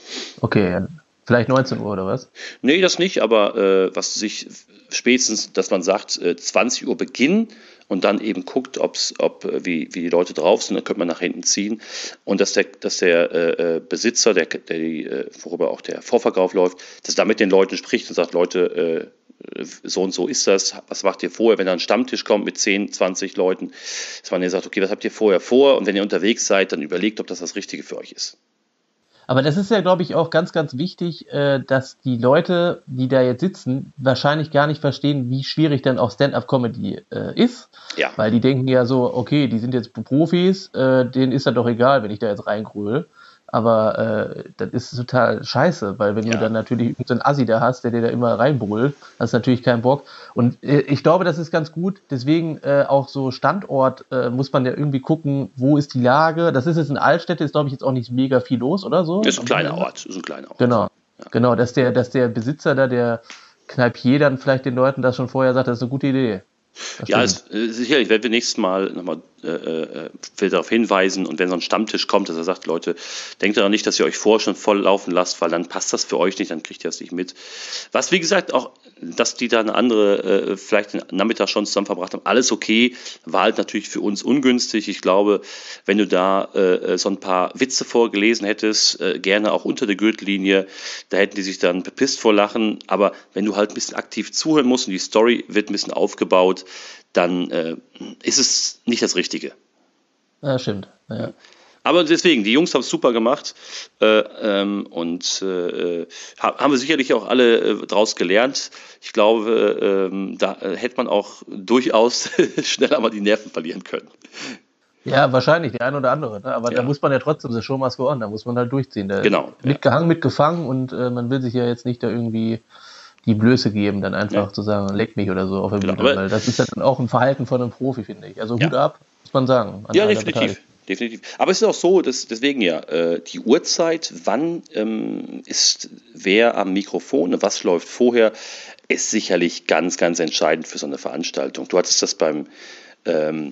Okay. Vielleicht neunzehn Uhr oder was? Nee, das nicht, aber äh, was sich spätestens, dass man sagt, äh, zwanzig Uhr Beginn und dann eben guckt, ob's, ob äh, wie, wie die Leute drauf sind, dann könnte man nach hinten ziehen. Und dass der, dass der äh, äh, Besitzer, der, der die, äh, worüber auch der Vorverkauf läuft, dass da mit den Leuten spricht und sagt, Leute, äh, so und so ist das, was macht ihr vorher, wenn da ein Stammtisch kommt mit zehn, zwanzig Leuten, dass man dann sagt, okay, was habt ihr vorher vor? Und wenn ihr unterwegs seid, dann überlegt, ob das das Richtige für euch ist. Aber das ist ja, glaube ich, auch ganz, ganz wichtig, äh, dass die Leute, die da jetzt sitzen, wahrscheinlich gar nicht verstehen, wie schwierig dann auch Stand-up-Comedy äh, ist. Ja. Weil die denken ja so, okay, die sind jetzt Profis, äh, denen ist das doch egal, wenn ich da jetzt reingröle. Aber äh, das ist total scheiße, weil wenn Ja. du dann natürlich so einen Assi da hast, der dir da immer reinbrüllt, hast du natürlich keinen Bock. Und äh, ich glaube, das ist ganz gut. Deswegen äh, auch so Standort äh, muss man ja irgendwie gucken, wo ist die Lage. Das ist jetzt in Altstädte, ist glaube ich jetzt auch nicht mega viel los oder so. Ist ein kleiner Ort, ist ein kleiner Ort. Genau, genau, dass der, dass der Besitzer da, der Kneipier dann vielleicht den Leuten das schon vorher sagt, das ist eine gute Idee. Das Ja, stimmt. es, äh, sicherlich werden wir nächstes Mal nochmal äh, äh, will darauf hinweisen und wenn so ein Stammtisch kommt, dass er sagt, Leute, denkt daran nicht, dass ihr euch vorher schon voll laufen lasst, weil dann passt das für euch nicht, dann kriegt ihr das nicht mit. Was, wie gesagt, auch, dass die da eine andere, äh, vielleicht den Nachmittag schon zusammen verbracht haben, alles okay, war halt natürlich für uns ungünstig. Ich glaube, wenn du da äh, so ein paar Witze vorgelesen hättest, äh, gerne auch unter der Gürtellinie, da hätten die sich dann bepisst vor Lachen, aber wenn du halt ein bisschen aktiv zuhören musst und die Story wird ein bisschen aufgebaut, dann äh, ist es nicht das Richtige. Ja, stimmt. Ja. Aber deswegen, die Jungs haben es super gemacht äh, ähm, und äh, haben wir sicherlich auch alle äh, draus gelernt. Ich glaube, ähm, da äh, hätte man auch durchaus schneller mal die Nerven verlieren können. Ja, wahrscheinlich, der eine oder andere. Ne? Aber Ja. da muss man ja trotzdem, the show must go on, da muss man halt durchziehen. Da Genau, ja. Mitgehangen, mitgefangen und äh, man will sich ja jetzt nicht da irgendwie die Blöße geben, dann einfach Ja. zu sagen, leck mich oder so auf der Genau, Bühne. aber- Weil das ist ja dann auch ein Verhalten von einem Profi, finde ich. Also Hut Ja. ab, muss man sagen. an Ja, alle definitiv. Beteiligten. Definitiv. Aber es ist auch so, dass deswegen ja, äh, die Uhrzeit, wann ähm, ist wer am Mikrofon und was läuft vorher, ist sicherlich ganz, ganz entscheidend für so eine Veranstaltung. Du hattest das beim, ähm,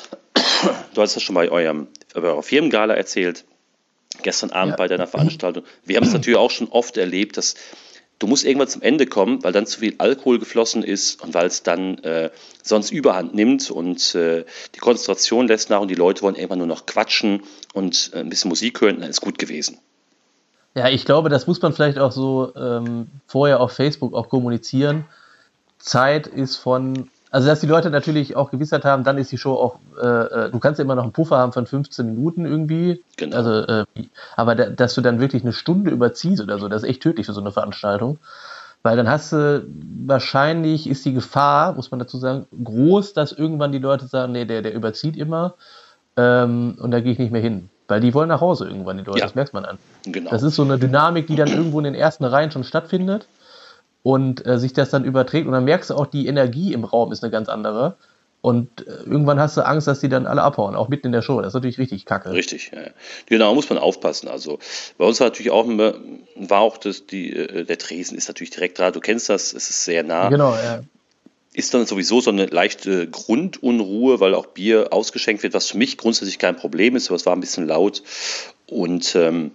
du hattest das schon bei eurem, bei eurer Firmengala erzählt, gestern Abend Ja. bei deiner Veranstaltung. Wir haben es natürlich auch schon oft erlebt, dass du musst irgendwann zum Ende kommen, weil dann zu viel Alkohol geflossen ist und weil es dann äh, sonst Überhand nimmt und äh, die Konzentration lässt nach und die Leute wollen irgendwann nur noch quatschen und äh, ein bisschen Musik hören, dann ist gut gewesen. Ja, ich glaube, das muss man vielleicht auch so ähm, vorher auf Facebook auch kommunizieren. Zeit ist von, also dass die Leute natürlich auch Gewissheit haben, dann ist die Show auch, äh, äh, du kannst ja immer noch einen Puffer haben von fünfzehn Minuten irgendwie, Genau. also, äh, aber da, dass du dann wirklich eine Stunde überziehst oder so, das ist echt tödlich für so eine Veranstaltung, weil dann hast du, wahrscheinlich ist die Gefahr, muss man dazu sagen, groß, dass irgendwann die Leute sagen, nee, der, der überzieht immer ähm, und da gehe ich nicht mehr hin. Weil die wollen nach Hause irgendwann, die Leute, Ja. das merkt man an. Genau. Das ist so eine Dynamik, die dann irgendwo in den ersten Reihen schon stattfindet und äh, sich das dann überträgt. Und dann merkst du auch, die Energie im Raum ist eine ganz andere. Und äh, irgendwann hast du Angst, dass die dann alle abhauen, auch mitten in der Show. Das ist natürlich richtig kacke. Richtig, ja. Genau, muss man aufpassen. Also bei uns war natürlich auch immer, war auch das, die, äh, der Tresen ist natürlich direkt da. Du kennst das, es ist sehr nah. Genau, ja. Ist dann sowieso so eine leichte Grundunruhe, weil auch Bier ausgeschenkt wird, was für mich grundsätzlich kein Problem ist, aber es war ein bisschen laut. Und ähm,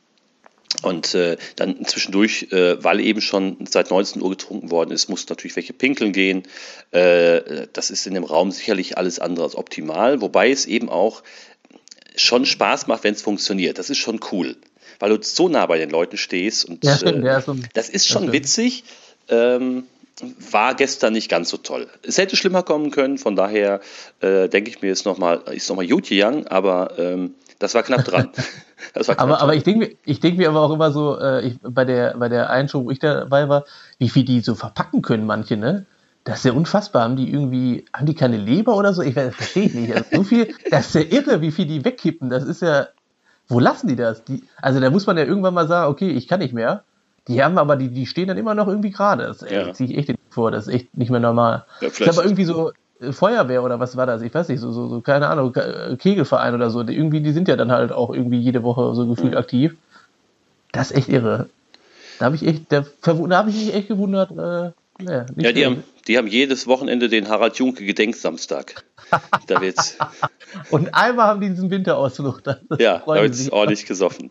Und äh, dann zwischendurch, äh, weil eben schon seit neunzehn Uhr getrunken worden ist, mussten natürlich welche pinkeln gehen. Äh, das ist in dem Raum sicherlich alles andere als optimal, wobei es eben auch schon Spaß macht, wenn es funktioniert. Das ist schon cool, weil du so nah bei den Leuten stehst. Und Ja, stimmt, äh, ja, so, das ist schon das witzig. Ähm, war gestern nicht ganz so toll. Es hätte schlimmer kommen können, von daher äh, denke ich mir, ist nochmal ist noch mal gut gegangen, aber ähm, das war knapp dran. Das war knapp aber, dran. aber ich denke mir, ich denk mir aber auch immer so, äh, ich, bei der bei der einen Show, wo ich dabei war, wie viel die so verpacken können, manche, ne? Das ist ja unfassbar. Haben die irgendwie, haben die keine Leber oder so? Ich weiß, das verstehe ich nicht. Also so viel, das ist ja irre, wie viel die wegkippen. Das ist ja, wo lassen die das? Die, also da muss man ja irgendwann mal sagen, okay, ich kann nicht mehr. Die haben aber, die, die stehen dann immer noch irgendwie gerade. Das Ja. äh, ziehe ich echt nicht vor. Das ist echt nicht mehr normal. Ja, ich vielleicht- glaube irgendwie so äh, Feuerwehr oder was war das? Ich weiß nicht, so, so, so keine Ahnung, Ke- Kegelverein oder so. Die, irgendwie, die sind ja dann halt auch irgendwie jede Woche so gefühlt Mhm. aktiv. Das ist echt irre. Da habe ich echt, da, verwu- da habe ich mich echt gewundert. Äh, naja, nicht Ja, die schön. haben, die haben jedes Wochenende den Harald Junke Gedenksamstag. Da wird's, Und einmal haben die diesen Winterausflug. Da ja, da freuen wird's sie sich. ordentlich gesoffen.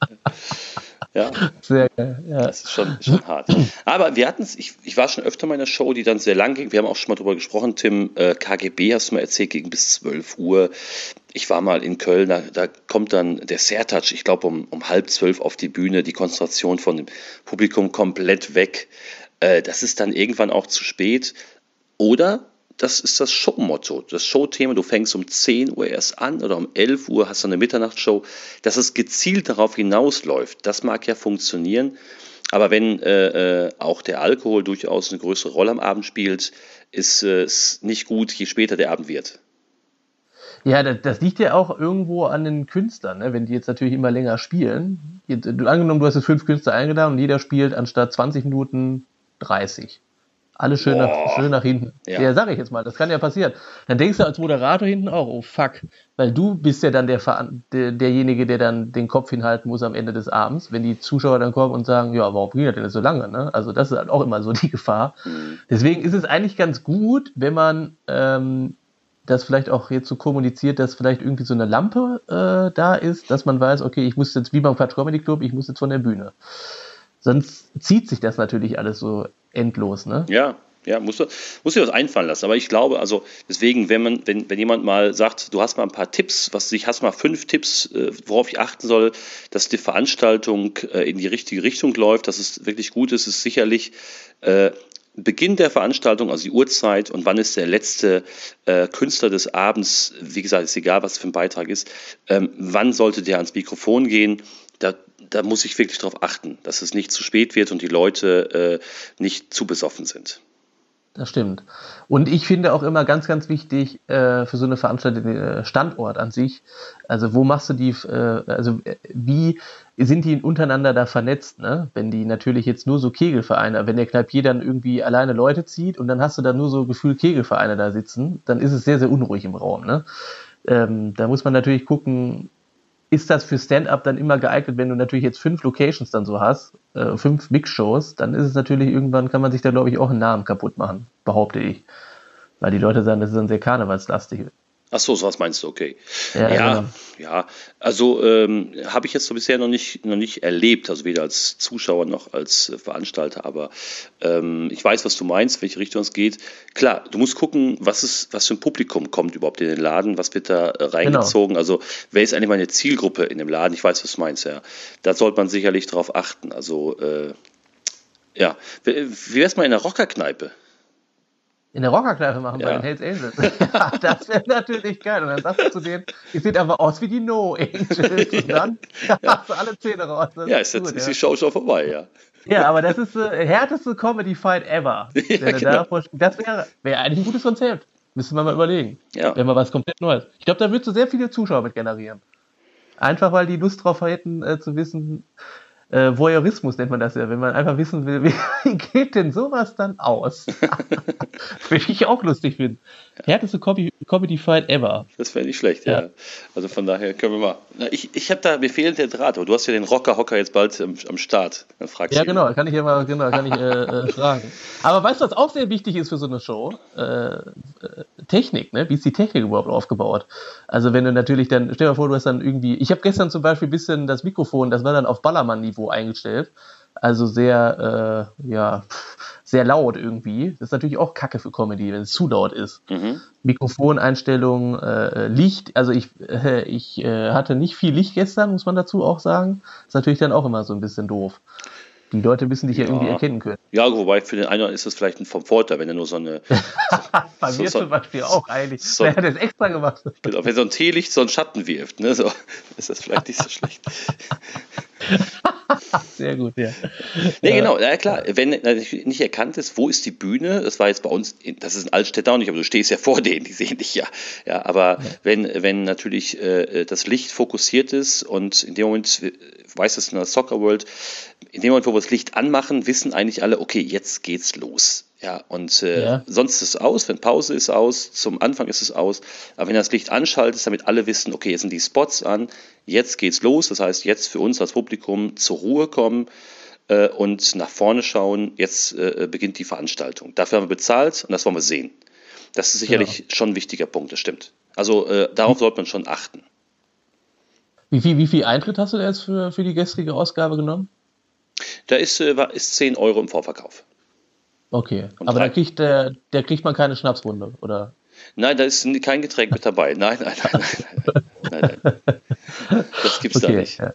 Ja, Sehr geil. Ja. das ist schon, schon hart. Aber wir hatten es, ich, ich war schon öfter mal in einer Show, die dann sehr lang ging. Wir haben auch schon mal drüber gesprochen, Tim. Äh, K G B hast du mal erzählt, ging bis zwölf Uhr. Ich war mal in Köln, da, da kommt dann der Sertac, ich glaube um, um halb zwölf auf die Bühne, die Konzentration von dem Publikum komplett weg. Äh, das ist dann irgendwann auch zu spät. Oder das ist das Showmotto, das Showthema, du fängst um zehn Uhr erst an oder um elf Uhr hast du eine Mitternachtsshow, dass es gezielt darauf hinausläuft. Das mag ja funktionieren, aber wenn äh, äh, auch der Alkohol durchaus eine größere Rolle am Abend spielt, ist es nicht gut, je später der Abend wird. Ja, das, das liegt ja auch irgendwo an den Künstlern, ne? Wenn die jetzt natürlich immer länger spielen. Jetzt, du, angenommen, du hast jetzt fünf Künstler eingeladen und jeder spielt anstatt zwanzig Minuten dreißig. Alles schön, nach, Boah. schön nach hinten. Ja. Ja, sag ich jetzt mal, das kann ja passieren. Dann denkst du als Moderator hinten auch, oh fuck, weil du bist ja dann der, Veran- der derjenige, der dann den Kopf hinhalten muss am Ende des Abends, wenn die Zuschauer dann kommen und sagen, ja, warum ging das denn so lange? Ne? Also das ist halt auch immer so die Gefahr. Deswegen ist es eigentlich ganz gut, wenn man ähm, das vielleicht auch jetzt so kommuniziert, dass vielleicht irgendwie so eine Lampe äh, da ist, dass man weiß, okay, ich muss jetzt, wie beim Quatsch Comedy Club, ich muss jetzt von der Bühne. Sonst zieht sich das natürlich alles so endlos, ne? Ja, ja, musst du, musst dir was einfallen lassen. Aber ich glaube, also deswegen, wenn man, wenn, wenn jemand mal sagt, du hast mal ein paar Tipps, was ich hast mal fünf Tipps, äh, worauf ich achten soll, dass die Veranstaltung äh, in die richtige Richtung läuft, dass es wirklich gut ist, ist sicherlich äh, Beginn der Veranstaltung, also die Uhrzeit und wann ist der letzte äh, Künstler des Abends, wie gesagt, ist egal, was für ein Beitrag ist, ähm, wann sollte der ans Mikrofon gehen, da, da muss ich wirklich darauf achten, dass es nicht zu spät wird und die Leute äh, nicht zu besoffen sind. Das stimmt. Und ich finde auch immer ganz, ganz wichtig äh, für so eine Veranstaltung der Standort an sich. Also wo machst du die, äh, also äh, wie sind die untereinander da vernetzt, ne? Wenn die natürlich jetzt nur so Kegelvereine, wenn der Kneipier dann irgendwie alleine Leute zieht und dann hast du da nur so gefühlt Kegelvereine da sitzen, dann ist es sehr, sehr unruhig im Raum, ne? Ähm, da muss man natürlich gucken, ist das für Stand-Up dann immer geeignet, wenn du natürlich jetzt fünf Locations dann so hast, äh, fünf Mix-Shows, dann ist es natürlich irgendwann, kann man sich da, glaube ich, auch einen Namen kaputt machen, behaupte ich. Weil die Leute sagen, das ist dann sehr karnevalslastig. Ach so, so was meinst du, okay. Ja, Ja, genau. ja, also ähm, habe ich jetzt so bisher noch nicht, noch nicht erlebt, also weder als Zuschauer noch als äh, Veranstalter, aber ähm, ich weiß, was du meinst, welche Richtung es geht. Klar, du musst gucken, was ist, was für ein Publikum kommt überhaupt in den Laden, was wird da äh, reingezogen, also wer ist eigentlich meine Zielgruppe in dem Laden, ich weiß, was du meinst, ja. Da sollte man sicherlich drauf achten, also äh, ja, wie wie wär's mal in der Rockerkneipe? In der Rockerkneipe machen bei Ja. den Hells Angels. Ja, das wäre natürlich geil. Und dann sagst du zu denen, ihr seht aber aus wie die No Angels. Und dann hast du alle Zähne raus. Das Ja, ist, jetzt, gut, ist ja. die Show schon vorbei, ja. Ja, aber das ist äh, härteste Comedy-Fight ever. Ja, Wenn du genau. da vor- das wäre wär eigentlich ein gutes Konzept. Müssen wir mal überlegen. Ja. Wäre mal was komplett Neues. Ich glaube, da würdest du sehr viele Zuschauer mit generieren. Einfach weil die Lust drauf hätten, äh, zu wissen, äh, Voyeurismus nennt man das ja, wenn man einfach wissen will, wie, wie geht denn sowas dann aus? Würde ich auch lustig finden. Härteste Comedy-Fight ever. Das wäre nicht schlecht, ja. ja. Also von daher können wir mal. Na, ich ich habe da, mir fehlt der Draht, aber du hast ja den Rocker-Hocker jetzt bald am, am Start. Dann fragst ja, genau, kann ich ja mal, genau, kann ich äh, äh, fragen. Aber weißt du, was auch sehr wichtig ist für so eine Show? Äh, äh, Technik, ne? Wie ist die Technik überhaupt aufgebaut? Also wenn du natürlich dann, stell dir mal vor, du hast dann irgendwie, ich habe gestern zum Beispiel ein bisschen das Mikrofon, das war dann auf Ballermann-Niveau eingestellt. Also sehr, äh, ja, sehr laut irgendwie. Das ist natürlich auch Kacke für Comedy, wenn es zu laut ist. Mhm. Mikrofoneinstellung, äh, Licht, also ich, äh, ich äh, hatte nicht viel Licht gestern, muss man dazu auch sagen. Ist natürlich dann auch immer so ein bisschen doof. Die Leute müssen dich ja, ja irgendwie erkennen können. Ja, wobei für den einen ist das vielleicht ein vom Vorteil, wenn er nur so eine... Bei so, mir so, zum Beispiel auch eigentlich. So, der hat das extra gemacht. Genau, wenn so ein Teelicht so einen Schatten wirft, ne, so, ist das vielleicht nicht so schlecht. Sehr gut, ja. Nee, genau, ja klar, wenn nicht erkannt ist, wo ist die Bühne, das war jetzt bei uns, das ist in Altstädt auch nicht, aber du stehst ja vor denen, die sehen dich ja. Ja, aber ja. wenn wenn natürlich äh, das Licht fokussiert ist und in dem Moment, weiß es in der Soccer World, in dem Moment, wo wir das Licht anmachen, wissen eigentlich alle, okay, jetzt geht's los. Ja, und äh, ja. sonst ist es aus, wenn Pause ist aus, zum Anfang ist es aus, aber wenn das Licht anschaltet, damit alle wissen, okay, jetzt sind die Spots an, jetzt geht's los, das heißt, jetzt für uns als Publikum zur Ruhe kommen äh, und nach vorne schauen, jetzt äh, beginnt die Veranstaltung. Dafür haben wir bezahlt und das wollen wir sehen. Das ist sicherlich ja. schon ein wichtiger Punkt, das stimmt. Also äh, darauf sollte man schon achten. Wie viel, wie viel Eintritt hast du da jetzt für, für die gestrige Ausgabe genommen? Da ist, äh, ist zehn Euro im Vorverkauf. Okay, und aber da kriegt, der, der kriegt man keine Schnapsrunde, oder? Nein, da ist kein Getränk mit dabei. Nein, nein, nein, nein, nein, nein, nein. Das gibt's okay, da nicht. Ja.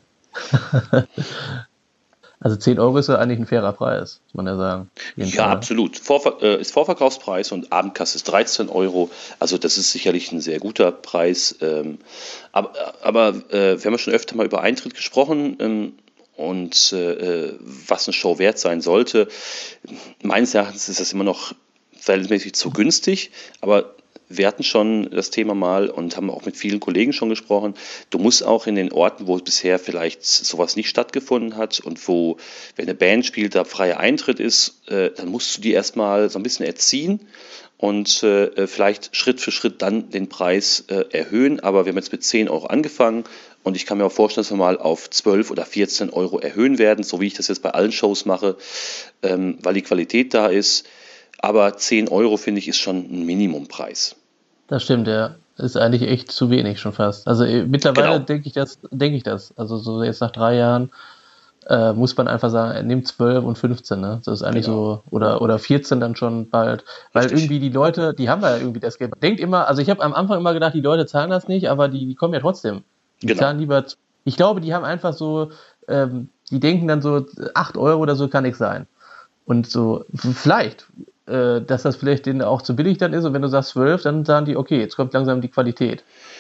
Also zehn Euro ist ja eigentlich ein fairer Preis, muss man ja sagen. Ja, Fall. Absolut. Vorver- äh, ist Vorverkaufspreis und Abendkasse ist dreizehn Euro. Also das ist sicherlich ein sehr guter Preis. Ähm, aber aber äh, wir haben ja schon öfter mal über Eintritt gesprochen. Ähm, Und äh, was eine Show wert sein sollte. Meines Erachtens ist das immer noch verhältnismäßig zu günstig, aber wir hatten schon das Thema mal und haben auch mit vielen Kollegen schon gesprochen. Du musst auch in den Orten, wo bisher vielleicht sowas nicht stattgefunden hat und wo, wenn eine Band spielt, da freier Eintritt ist, äh, dann musst du die erstmal so ein bisschen erziehen und äh, vielleicht Schritt für Schritt dann den Preis äh, erhöhen. Aber wir haben jetzt mit zehn Euro angefangen. Und ich kann mir auch vorstellen, dass wir mal auf zwölf oder vierzehn Euro erhöhen werden, so wie ich das jetzt bei allen Shows mache, ähm, weil die Qualität da ist. Aber zehn Euro, finde ich, ist schon ein Minimumpreis. Das stimmt, ja. Ist eigentlich echt zu wenig schon fast. Also äh, mittlerweile Genau. denke ich das, denke ich das. Also so jetzt nach drei Jahren äh, muss man einfach sagen, nimm zwölf und fünfzehn, ne? Das ist eigentlich genau. so, oder, oder vierzehn dann schon bald. Weil Richtig. irgendwie die Leute, die haben ja irgendwie das Geld. Denkt immer, also ich habe am Anfang immer gedacht, die Leute zahlen das nicht, aber die, die kommen ja trotzdem. Die genau. zahlen lieber, ich glaube, die haben einfach so, ähm, die denken dann so, acht Euro oder so kann nichts sein. Und so, vielleicht, äh, dass das vielleicht denen auch zu billig dann ist und wenn du sagst zwölf, dann sagen die, okay, jetzt kommt langsam die Qualität.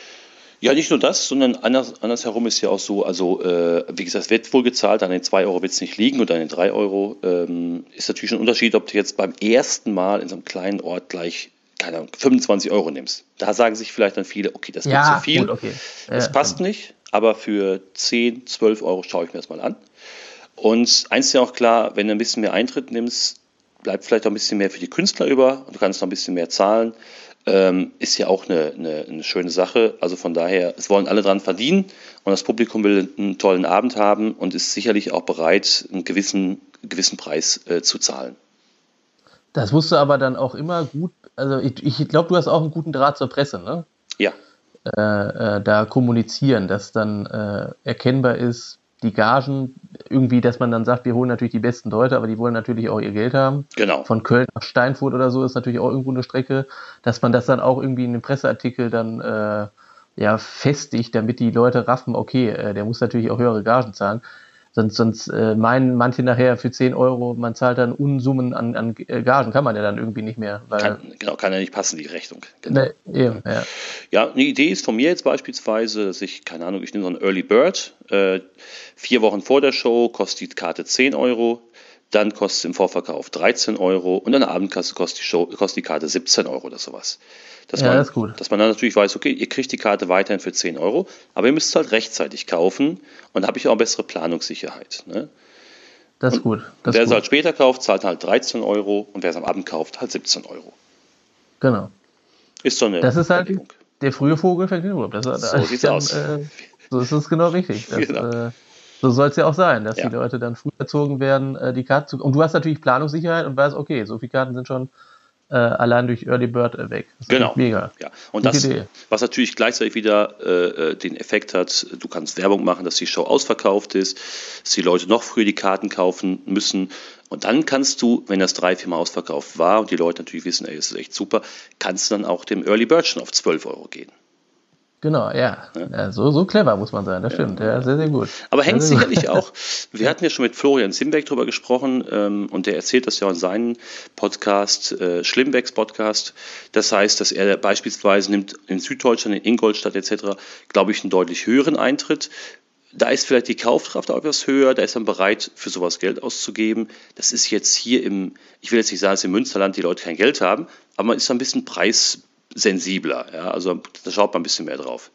Ja, nicht nur das, sondern anders, andersherum ist ja auch so, also äh, wie gesagt, es wird wohl gezahlt, an den zwei Euro wird es nicht liegen oder an den drei Euro. Ähm, ist natürlich ein Unterschied, ob du jetzt beim ersten Mal in so einem kleinen Ort gleich keine Ahnung, fünfundzwanzig Euro nimmst. Da sagen sich vielleicht dann viele, okay, das wird ja, zu viel, gut, okay. das ja, passt ja. nicht, aber für zehn, zwölf Euro schaue ich mir das mal an. Und eins ist ja auch klar, wenn du ein bisschen mehr Eintritt nimmst, bleibt vielleicht auch ein bisschen mehr für die Künstler über und du kannst noch ein bisschen mehr zahlen. Ähm, ist ja auch eine, eine, eine schöne Sache. Also von daher, es wollen alle dran verdienen und das Publikum will einen tollen Abend haben und ist sicherlich auch bereit, einen gewissen, gewissen Preis äh, zu zahlen. Das musst du aber dann auch immer gut, also ich, ich glaube, du hast auch einen guten Draht zur Presse, ne? Ja. Äh, äh, da kommunizieren, dass dann äh, erkennbar ist, die Gagen irgendwie, dass man dann sagt, wir holen natürlich die besten Leute, aber die wollen natürlich auch ihr Geld haben. Genau. Von Köln nach Steinfurt oder so ist natürlich auch irgendwo eine Strecke, dass man das dann auch irgendwie in einem Presseartikel dann äh, ja festigt, damit die Leute raffen, okay, äh, der muss natürlich auch höhere Gagen zahlen. Sonst, sonst äh, meinen manche nachher für zehn Euro, man zahlt dann Unsummen an, an Gagen, kann man ja dann irgendwie nicht mehr. Weil kann, genau, kann ja nicht passen, die Rechnung. Genau. Ne, eben, ja. Ja, eine Idee ist von mir jetzt beispielsweise, dass ich, keine Ahnung, ich nehme so einen Early Bird, äh, vier Wochen vor der Show kostet die Karte zehn Euro, dann kostet es im Vorverkauf dreizehn Euro und an der Abendkasse kostet die, Show, kostet die Karte siebzehn Euro oder sowas. Dass, ja, man, das ist gut. dass man dann natürlich weiß, okay, ihr kriegt die Karte weiterhin für zehn Euro, aber ihr müsst es halt rechtzeitig kaufen und da habe ich auch bessere Planungssicherheit. Ne? Das ist gut. Das wer ist es gut. halt später kauft, zahlt halt dreizehn Euro und wer es am Abend kauft, halt siebzehn Euro. Genau. Ist so eine Das ist halt Überlegung. der frühe Vogel fängt den Urlaub. Das, das, So sieht's dann, aus. Äh, so ist es genau richtig. Das, Genau. äh, so soll es ja auch sein, dass Ja. die Leute dann früh erzogen werden, äh, die Karten zu. Und du hast natürlich Planungssicherheit und weißt, okay, so viele Karten sind schon äh, allein durch Early Bird äh, weg. Das ist Genau. mega. Ja. Und Gute das, Idee. was natürlich gleichzeitig wieder äh, den Effekt hat, du kannst Werbung machen, dass die Show ausverkauft ist, dass die Leute noch früher die Karten kaufen müssen. Und dann kannst du, wenn das drei, vier Mal ausverkauft war und die Leute natürlich wissen, ey, das ist echt super, kannst du dann auch dem Early Bird schon auf zwölf Euro gehen. Genau, ja. ja so, so clever muss man sein, das stimmt. Ja, sehr, sehr gut. Aber hängt sehr, sehr sicherlich auch, wir hatten ja schon mit Florian Simbeck drüber gesprochen ähm, und der erzählt das ja in seinem Podcast, äh, Schlimmbecks Podcast. Das heißt, dass er beispielsweise nimmt in Süddeutschland, in Ingolstadt et cetera, glaube ich, einen deutlich höheren Eintritt. Da ist vielleicht die Kaufkraft auch etwas höher, da ist man bereit, für sowas Geld auszugeben. Das ist jetzt hier im, ich will jetzt nicht sagen, dass im Münsterland die Leute kein Geld haben, aber man ist ein bisschen preissensibler. Ja? Also da schaut man ein bisschen mehr drauf.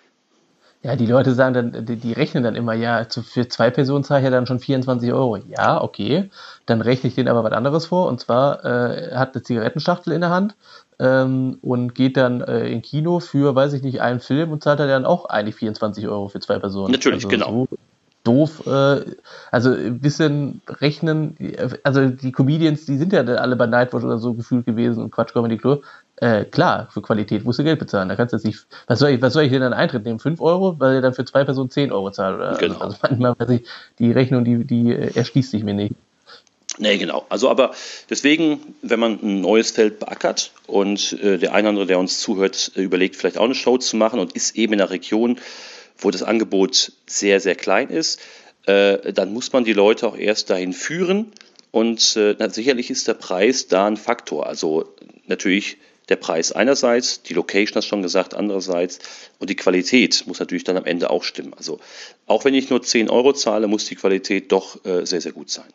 Ja, die Leute sagen dann, die, die rechnen dann immer, ja, zu, für zwei Personen zahle ich ja dann schon vierundzwanzig Euro. Ja, okay. Dann rechne ich denen aber was anderes vor. Und zwar äh, hat eine Zigarettenschachtel in der Hand ähm, und geht dann äh, in Kino für, weiß ich nicht, einen Film und zahlt dann auch eigentlich vierundzwanzig Euro für zwei Personen. Natürlich, also genau. So doof. Äh, also ein bisschen rechnen. Also die Comedians, die sind ja alle bei Nightwatch oder so gefühlt gewesen und Quatsch Comedy Club. Äh, klar, für Qualität musst du Geld bezahlen. Da kannst du jetzt nicht. Was soll ich, was soll ich denn dann Eintritt nehmen? fünf Euro, weil er dann für zwei Personen zehn Euro zahlt? Oder? Genau. Also, also manchmal, weiß ich, die Rechnung, die, die erschließt sich mir nicht. Nee, genau. Also aber deswegen, wenn man ein neues Feld beackert und äh, der eine oder andere, der uns zuhört, äh, überlegt, vielleicht auch eine Show zu machen und ist eben in einer Region, wo das Angebot sehr, sehr klein ist, äh, dann muss man die Leute auch erst dahin führen und äh, na, sicherlich ist der Preis da ein Faktor. Also natürlich der Preis einerseits, die Location hast du schon gesagt, andererseits und die Qualität muss natürlich dann am Ende auch stimmen. Also auch wenn ich nur zehn Euro zahle, muss die Qualität doch äh, sehr, sehr gut sein.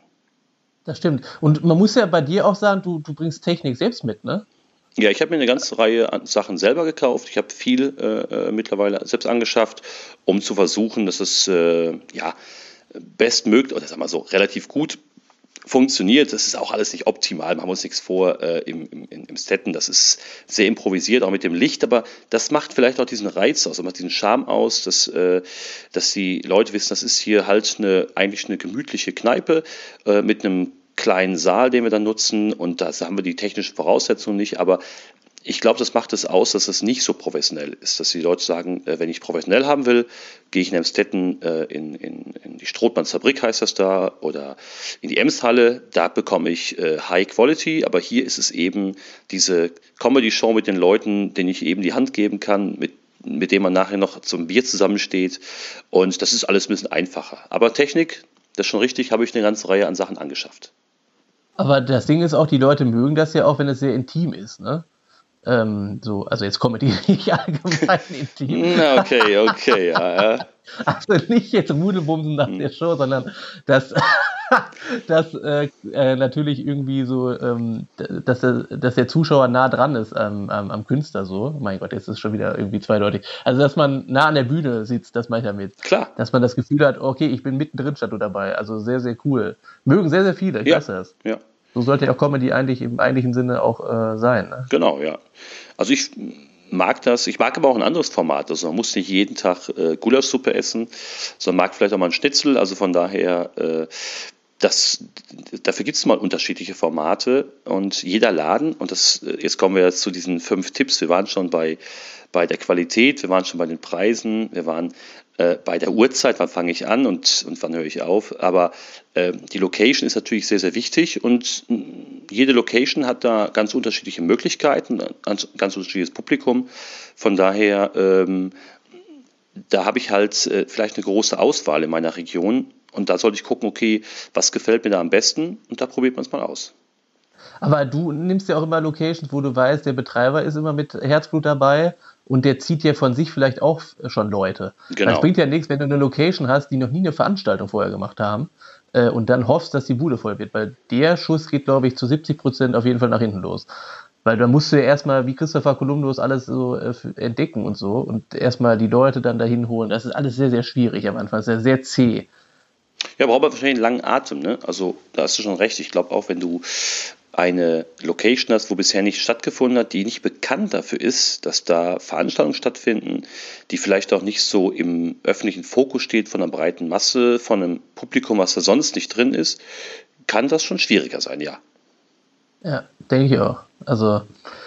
Das stimmt. Und man muss ja bei dir auch sagen, du, du bringst Technik selbst mit, ne? Ja, ich habe mir eine ganze Reihe an Sachen selber gekauft. Ich habe viel äh, mittlerweile selbst angeschafft, um zu versuchen, dass es äh, ja, bestmöglich, oder sagen wir so, relativ gut funktioniert. Das ist auch alles nicht optimal, machen wir uns nichts vor äh, im, im, im Setten. Das ist sehr improvisiert, auch mit dem Licht, aber das macht vielleicht auch diesen Reiz aus, das macht diesen Charme aus, dass, äh, dass die Leute wissen, das ist hier halt eine, eigentlich eine gemütliche Kneipe äh, mit einem kleinen Saal, den wir dann nutzen und da haben wir die technischen Voraussetzungen nicht, aber ich glaube, das macht es aus, dass es nicht so professionell ist, dass die Leute sagen, äh, wenn ich professionell haben will, gehe ich in Emstetten äh, in, in, in die Strothmanns Fabrik, heißt das da, oder in die Emshalle, da bekomme ich äh, High Quality, aber hier ist es eben diese Comedy-Show mit den Leuten, denen ich eben die Hand geben kann, mit mit dem man nachher noch zum Bier zusammensteht und das ist alles ein bisschen einfacher. Aber Technik, das ist schon richtig, habe ich eine ganze Reihe an Sachen angeschafft. Aber das Ding ist auch, die Leute mögen das ja auch, wenn es sehr intim ist, ne? Ähm, so, also jetzt Comedy nicht allgemein intim. Na, okay, okay, ja, ja. Also nicht jetzt Rudelbumsen nach der Show, sondern dass, dass äh, äh, natürlich irgendwie so, ähm, dass, der, dass der Zuschauer nah dran ist am, am, am Künstler so. Mein Gott, jetzt ist es schon wieder irgendwie zweideutig. Also dass man nah an der Bühne sitzt, das meine ich damit. Klar. Dass man das Gefühl hat, okay, ich bin mittendrin statt du dabei. Also sehr, sehr cool. Mögen sehr, sehr viele, ich Ja, weiß das. ja. So sollte ja auch Comedy eigentlich im eigentlichen Sinne auch äh, sein. Ne? Genau, ja. Also ich mag das, ich mag aber auch ein anderes Format. Also man muss nicht jeden Tag äh, Gulaschsuppe essen, sondern mag vielleicht auch mal einen Schnitzel. Also von daher, äh, das, dafür gibt es mal unterschiedliche Formate und jeder Laden, und das, jetzt kommen wir jetzt zu diesen fünf Tipps, wir waren schon bei, bei der Qualität, wir waren schon bei den Preisen, wir waren äh, bei der Uhrzeit, wann fange ich an und, und wann höre ich auf, aber äh, die Location ist natürlich sehr, sehr wichtig und jede Location hat da ganz unterschiedliche Möglichkeiten, ganz, ganz unterschiedliches Publikum, von daher ähm, da habe ich halt äh, vielleicht eine große Auswahl in meiner Region. Und da sollte ich gucken, okay, was gefällt mir da am besten? Und da probiert man es mal aus. Aber du nimmst ja auch immer Locations, wo du weißt, der Betreiber ist immer mit Herzblut dabei und der zieht ja von sich vielleicht auch schon Leute. Genau. Weil es bringt ja nichts, wenn du eine Location hast, die noch nie eine Veranstaltung vorher gemacht haben äh, und dann hoffst, dass die Bude voll wird. Weil der Schuss geht, glaube ich, zu siebzig Prozent auf jeden Fall nach hinten los. Weil da musst du ja erstmal, wie Christopher Columbus, alles so äh, entdecken und so und erstmal die Leute dann dahin holen. Das ist alles sehr, sehr schwierig am Anfang. Das ist ja sehr zäh. Ja, braucht man wahrscheinlich einen langen Atem, ne? Also da hast du schon recht. Ich glaube auch, wenn du eine Location hast, wo bisher nicht stattgefunden hat, die nicht bekannt dafür ist, dass da Veranstaltungen stattfinden, die vielleicht auch nicht so im öffentlichen Fokus steht von einer breiten Masse, von einem Publikum, was da sonst nicht drin ist, kann das schon schwieriger sein, ja. Ja, denke ich auch. Also,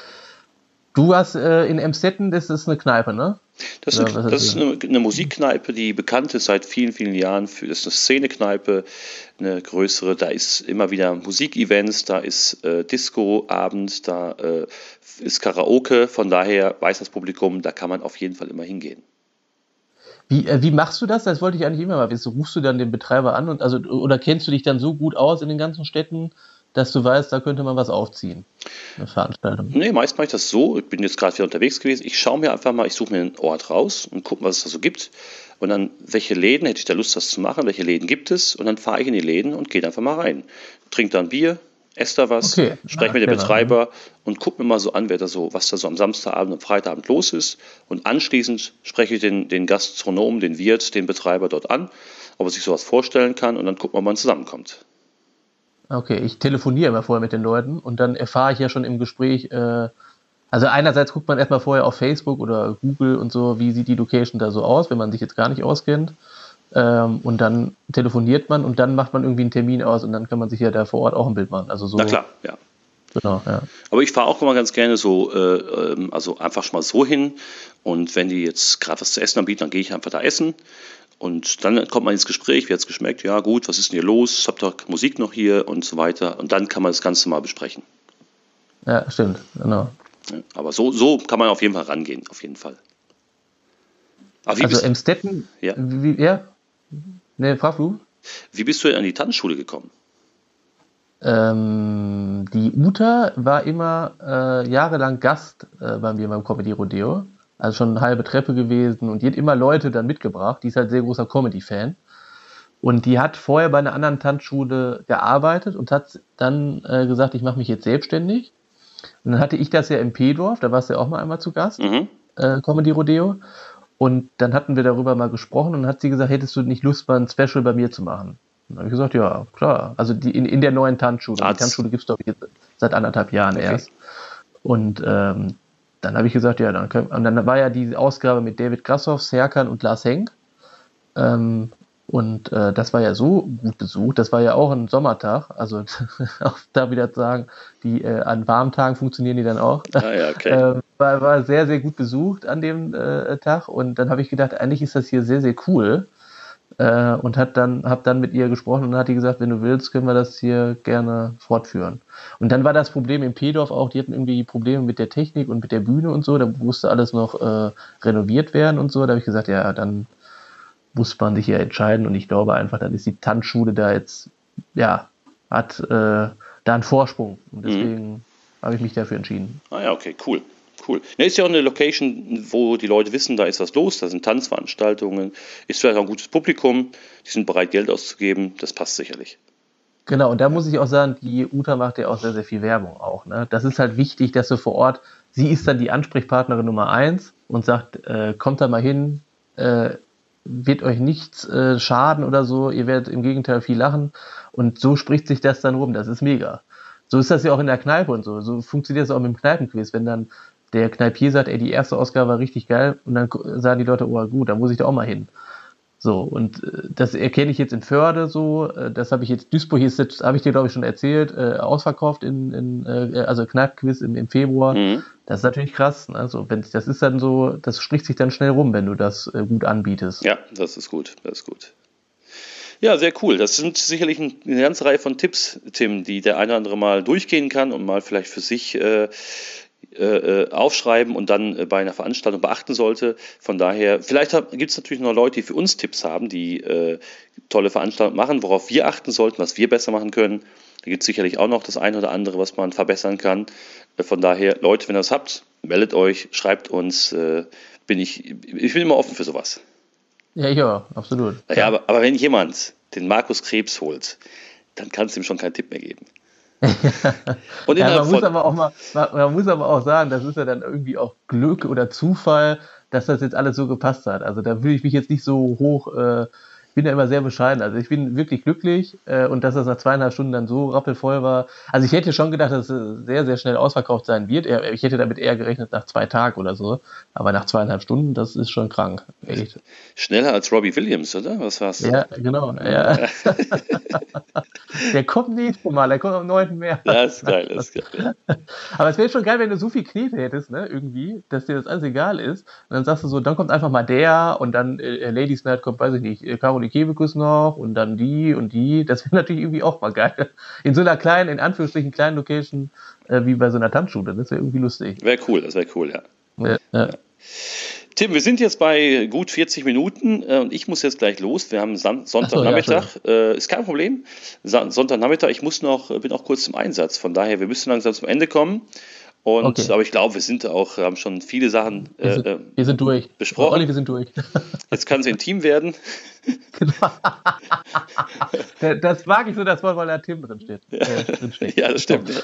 du hast äh, in Emstetten, das ist eine Kneipe, ne? Das ist, eine, das ist eine, eine Musikkneipe, die bekannt ist seit vielen, vielen Jahren. Für, das ist eine Szenekneipe, eine größere. Da ist immer wieder Musikevents, da ist äh, Disco-Abend, da äh, ist Karaoke. Von daher weiß das Publikum, da kann man auf jeden Fall immer hingehen. Wie, äh, wie machst du das? Das wollte ich eigentlich immer mal wissen. Rufst du dann den Betreiber an und also oder kennst du dich dann so gut aus in den ganzen Städten, dass du weißt, da könnte man was aufziehen? Eine Veranstaltung. Nee, meist mache ich das so. Ich bin jetzt gerade wieder unterwegs gewesen. Ich schaue mir einfach mal, ich suche mir einen Ort raus und gucke, was es da so gibt. Und dann, welche Läden, hätte ich da Lust, das zu machen, welche Läden gibt es? Und dann fahre ich in die Läden und gehe einfach mal rein. Trink da ein Bier, esse da was, Okay. spreche Ah, mit dem genau. Betreiber und gucke mir mal so an, wer da so, was da so am Samstagabend und Freitagabend los ist. Und anschließend spreche ich den, den Gastronomen, den Wirt, den Betreiber dort an, ob er sich sowas vorstellen kann und dann gucken wir, ob man zusammenkommt. Okay, ich telefoniere immer vorher mit den Leuten und dann erfahre ich ja schon im Gespräch, äh, also einerseits guckt man erstmal vorher auf Facebook oder Google und so, wie sieht die Location da so aus, wenn man sich jetzt gar nicht auskennt. Ähm, und dann telefoniert man und dann macht man irgendwie einen Termin aus und dann kann man sich ja da vor Ort auch ein Bild machen. Also so. Na klar, ja. Genau, ja. Aber ich fahre auch immer ganz gerne so, äh, also einfach schon mal so hin und wenn die jetzt gerade was zu essen anbieten, dann gehe ich einfach da essen. Und dann kommt man ins Gespräch, wie hat es geschmeckt? Ja gut, was ist denn hier los? Habt ihr Musik noch hier und so weiter? Und dann kann man das Ganze mal besprechen. Ja, stimmt, genau. Ja, aber so, so kann man auf jeden Fall rangehen, auf jeden Fall. Aber wie Also bist, Emstetten, Ja. wie, ja? Ne, frag du? wie bist du denn an die Tanzschule gekommen? Ähm, die Uta war immer äh, jahrelang Gast äh, bei mir beim Comedy Rodeo. Also schon eine halbe Treppe gewesen und die hat immer Leute dann mitgebracht. Die ist halt sehr großer Comedy-Fan. Und die hat vorher bei einer anderen Tanzschule gearbeitet und hat dann äh, gesagt, ich mache mich jetzt selbstständig. Und dann hatte ich das ja im P-Dorf, da warst du ja auch mal einmal zu Gast, Mhm. äh, Comedy Rodeo. Und dann hatten wir darüber mal gesprochen und dann hat sie gesagt, hättest du nicht Lust, mal ein Special bei mir zu machen? Und dann habe ich gesagt, ja, klar. Also die, in, in der neuen Tanzschule. Die Arzt. Tanzschule gibt es doch jetzt seit anderthalb Jahren Okay. erst. Und ähm, dann habe ich gesagt, ja, dann können, und dann war ja die Ausgabe mit David Grassoff, Serkan und Lars Henk. Ähm, und äh, das war ja so gut besucht. Das war ja auch ein Sommertag. Also auch da wieder zu sagen, die äh, an warmen Tagen funktionieren die dann auch. Ah ja, okay. Äh, war, war sehr, sehr gut besucht an dem äh, Tag. Und dann habe ich gedacht, eigentlich ist das hier sehr, sehr cool. Äh, und hat dann, habe dann mit ihr gesprochen und hat die gesagt, wenn du willst, können wir das hier gerne fortführen. Und dann war das Problem im P-Dorf auch, die hatten irgendwie Probleme mit der Technik und mit der Bühne und so, da musste alles noch äh, renoviert werden und so. Da habe ich gesagt, ja, dann muss man sich ja entscheiden und ich glaube einfach, dann ist die Tanzschule da jetzt, ja, hat äh, da einen Vorsprung und deswegen mhm. habe ich mich dafür entschieden. Ah ja, okay, cool. Cool. Ja, ist ja auch eine Location, wo die Leute wissen, da ist was los, da sind Tanzveranstaltungen, ist vielleicht auch ein gutes Publikum, die sind bereit, Geld auszugeben, das passt sicherlich. Genau, und da muss ich auch sagen, die Uta macht ja auch sehr, sehr viel Werbung auch. Ne? Das ist halt wichtig, dass du vor Ort, sie ist dann die Ansprechpartnerin Nummer eins und sagt, äh, kommt da mal hin, äh, wird euch nichts äh, schaden oder so, ihr werdet im Gegenteil viel lachen und so spricht sich das dann rum, das ist mega. So ist das ja auch in der Kneipe und so, so funktioniert es auch mit dem Kneipenquiz, wenn dann der Kneipier sagt, ey, die erste Ausgabe war richtig geil und dann sagen die Leute, oh gut, da muss ich da auch mal hin. So, und äh, das erkenne ich jetzt in Förde so, äh, das habe ich jetzt, Duisburg hier ist jetzt, habe ich dir glaube ich schon erzählt, äh, ausverkauft in, in äh, also Kneipenquiz im, im Februar. Mhm. Das ist natürlich krass, ne? Also, wenn, das ist dann so, das spricht sich dann schnell rum, wenn du das äh, gut anbietest. Ja, das ist gut, das ist gut. Ja, sehr cool. Das sind sicherlich eine ganze Reihe von Tipps, Tim, die der eine oder andere mal durchgehen kann und mal vielleicht für sich äh, äh, aufschreiben und dann äh, bei einer Veranstaltung beachten sollte. Von daher, vielleicht gibt es natürlich noch Leute, die für uns Tipps haben, die äh, tolle Veranstaltungen machen, worauf wir achten sollten, was wir besser machen können. Da gibt es sicherlich auch noch das eine oder andere, was man verbessern kann. Von daher, Leute, wenn ihr das habt, meldet euch, schreibt uns. Äh, bin ich, ich bin immer offen für sowas. Ja, ja, absolut. Ja, ja. Aber, aber wenn jemand den Markus Krebs holt, dann kannst du ihm schon keinen Tipp mehr geben. Und ja, man, muss aber auch mal, man, man muss aber auch sagen, das ist ja dann irgendwie auch Glück oder Zufall, dass das jetzt alles so gepasst hat. Also da will ich mich jetzt nicht so hoch, äh, ich bin ja immer sehr bescheiden. Also ich bin wirklich glücklich äh, und dass das nach zweieinhalb Stunden dann so rappelvoll war. Also ich hätte schon gedacht, dass es sehr, sehr schnell ausverkauft sein wird. Ich hätte damit eher gerechnet nach zwei Tagen oder so. Aber nach zweieinhalb Stunden, das ist schon krank. Echt. Schneller als Robbie Williams, oder? Was war's? Ja, genau. Ja. Der kommt nächstes Mal, der kommt am neunten März. Das ist geil, das ist geil. Aber es wäre schon geil, wenn du so viel Knete hättest, ne, irgendwie, dass dir das alles egal ist. Und dann sagst du so, dann kommt einfach mal der und dann äh, Ladies Night kommt, weiß ich nicht, Caroline Kebekus noch und dann die und die. Das wäre natürlich irgendwie auch mal geil. In so einer kleinen, in Anführungsstrichen kleinen Location, äh, wie bei so einer Tanzschule. Das wäre irgendwie lustig. Wäre cool, das wäre cool, ja. Ja, ja. ja. Tim, wir sind jetzt bei gut vierzig Minuten äh, und ich muss jetzt gleich los. Wir haben Son- Sonntagnachmittag. So, ja, äh, ist kein Problem. Son- Sonntagnachmittag, ich muss noch, bin auch kurz zum Einsatz. Von daher, wir müssen langsam zum Ende kommen. Und, okay. Aber ich glaube, wir sind auch, haben schon viele Sachen äh, wir, sind, wir sind durch. besprochen. Olli, wir sind durch. Jetzt kann es intim werden. Genau. Das mag ich so, das Wort, weil da Tim drin steht. Ja, äh, drin steht. Ja, das stimmt.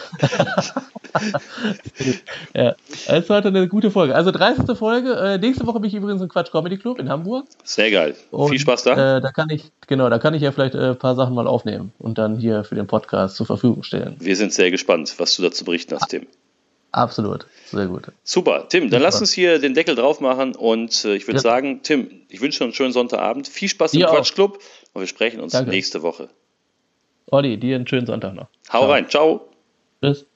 Ja, es war heute eine gute Folge. Also dreißigste Folge. Äh, nächste Woche bin ich übrigens im Quatsch Comedy Club in Hamburg. Sehr geil. Und, viel Spaß da. Äh, da kann ich, genau, da kann ich ja vielleicht äh, ein paar Sachen mal aufnehmen und dann hier für den Podcast zur Verfügung stellen. Wir sind sehr gespannt, was du dazu berichten hast, Tim. Absolut, sehr gut. Super, Tim, dann Super. Lass uns hier den Deckel drauf machen und äh, ich würde ja. sagen, Tim, ich wünsche dir einen schönen Sonntagabend. Viel Spaß im Quatschclub und wir sprechen uns Danke. nächste Woche. Olli, dir einen schönen Sonntag noch. Hau ciao. rein, ciao. Tschüss.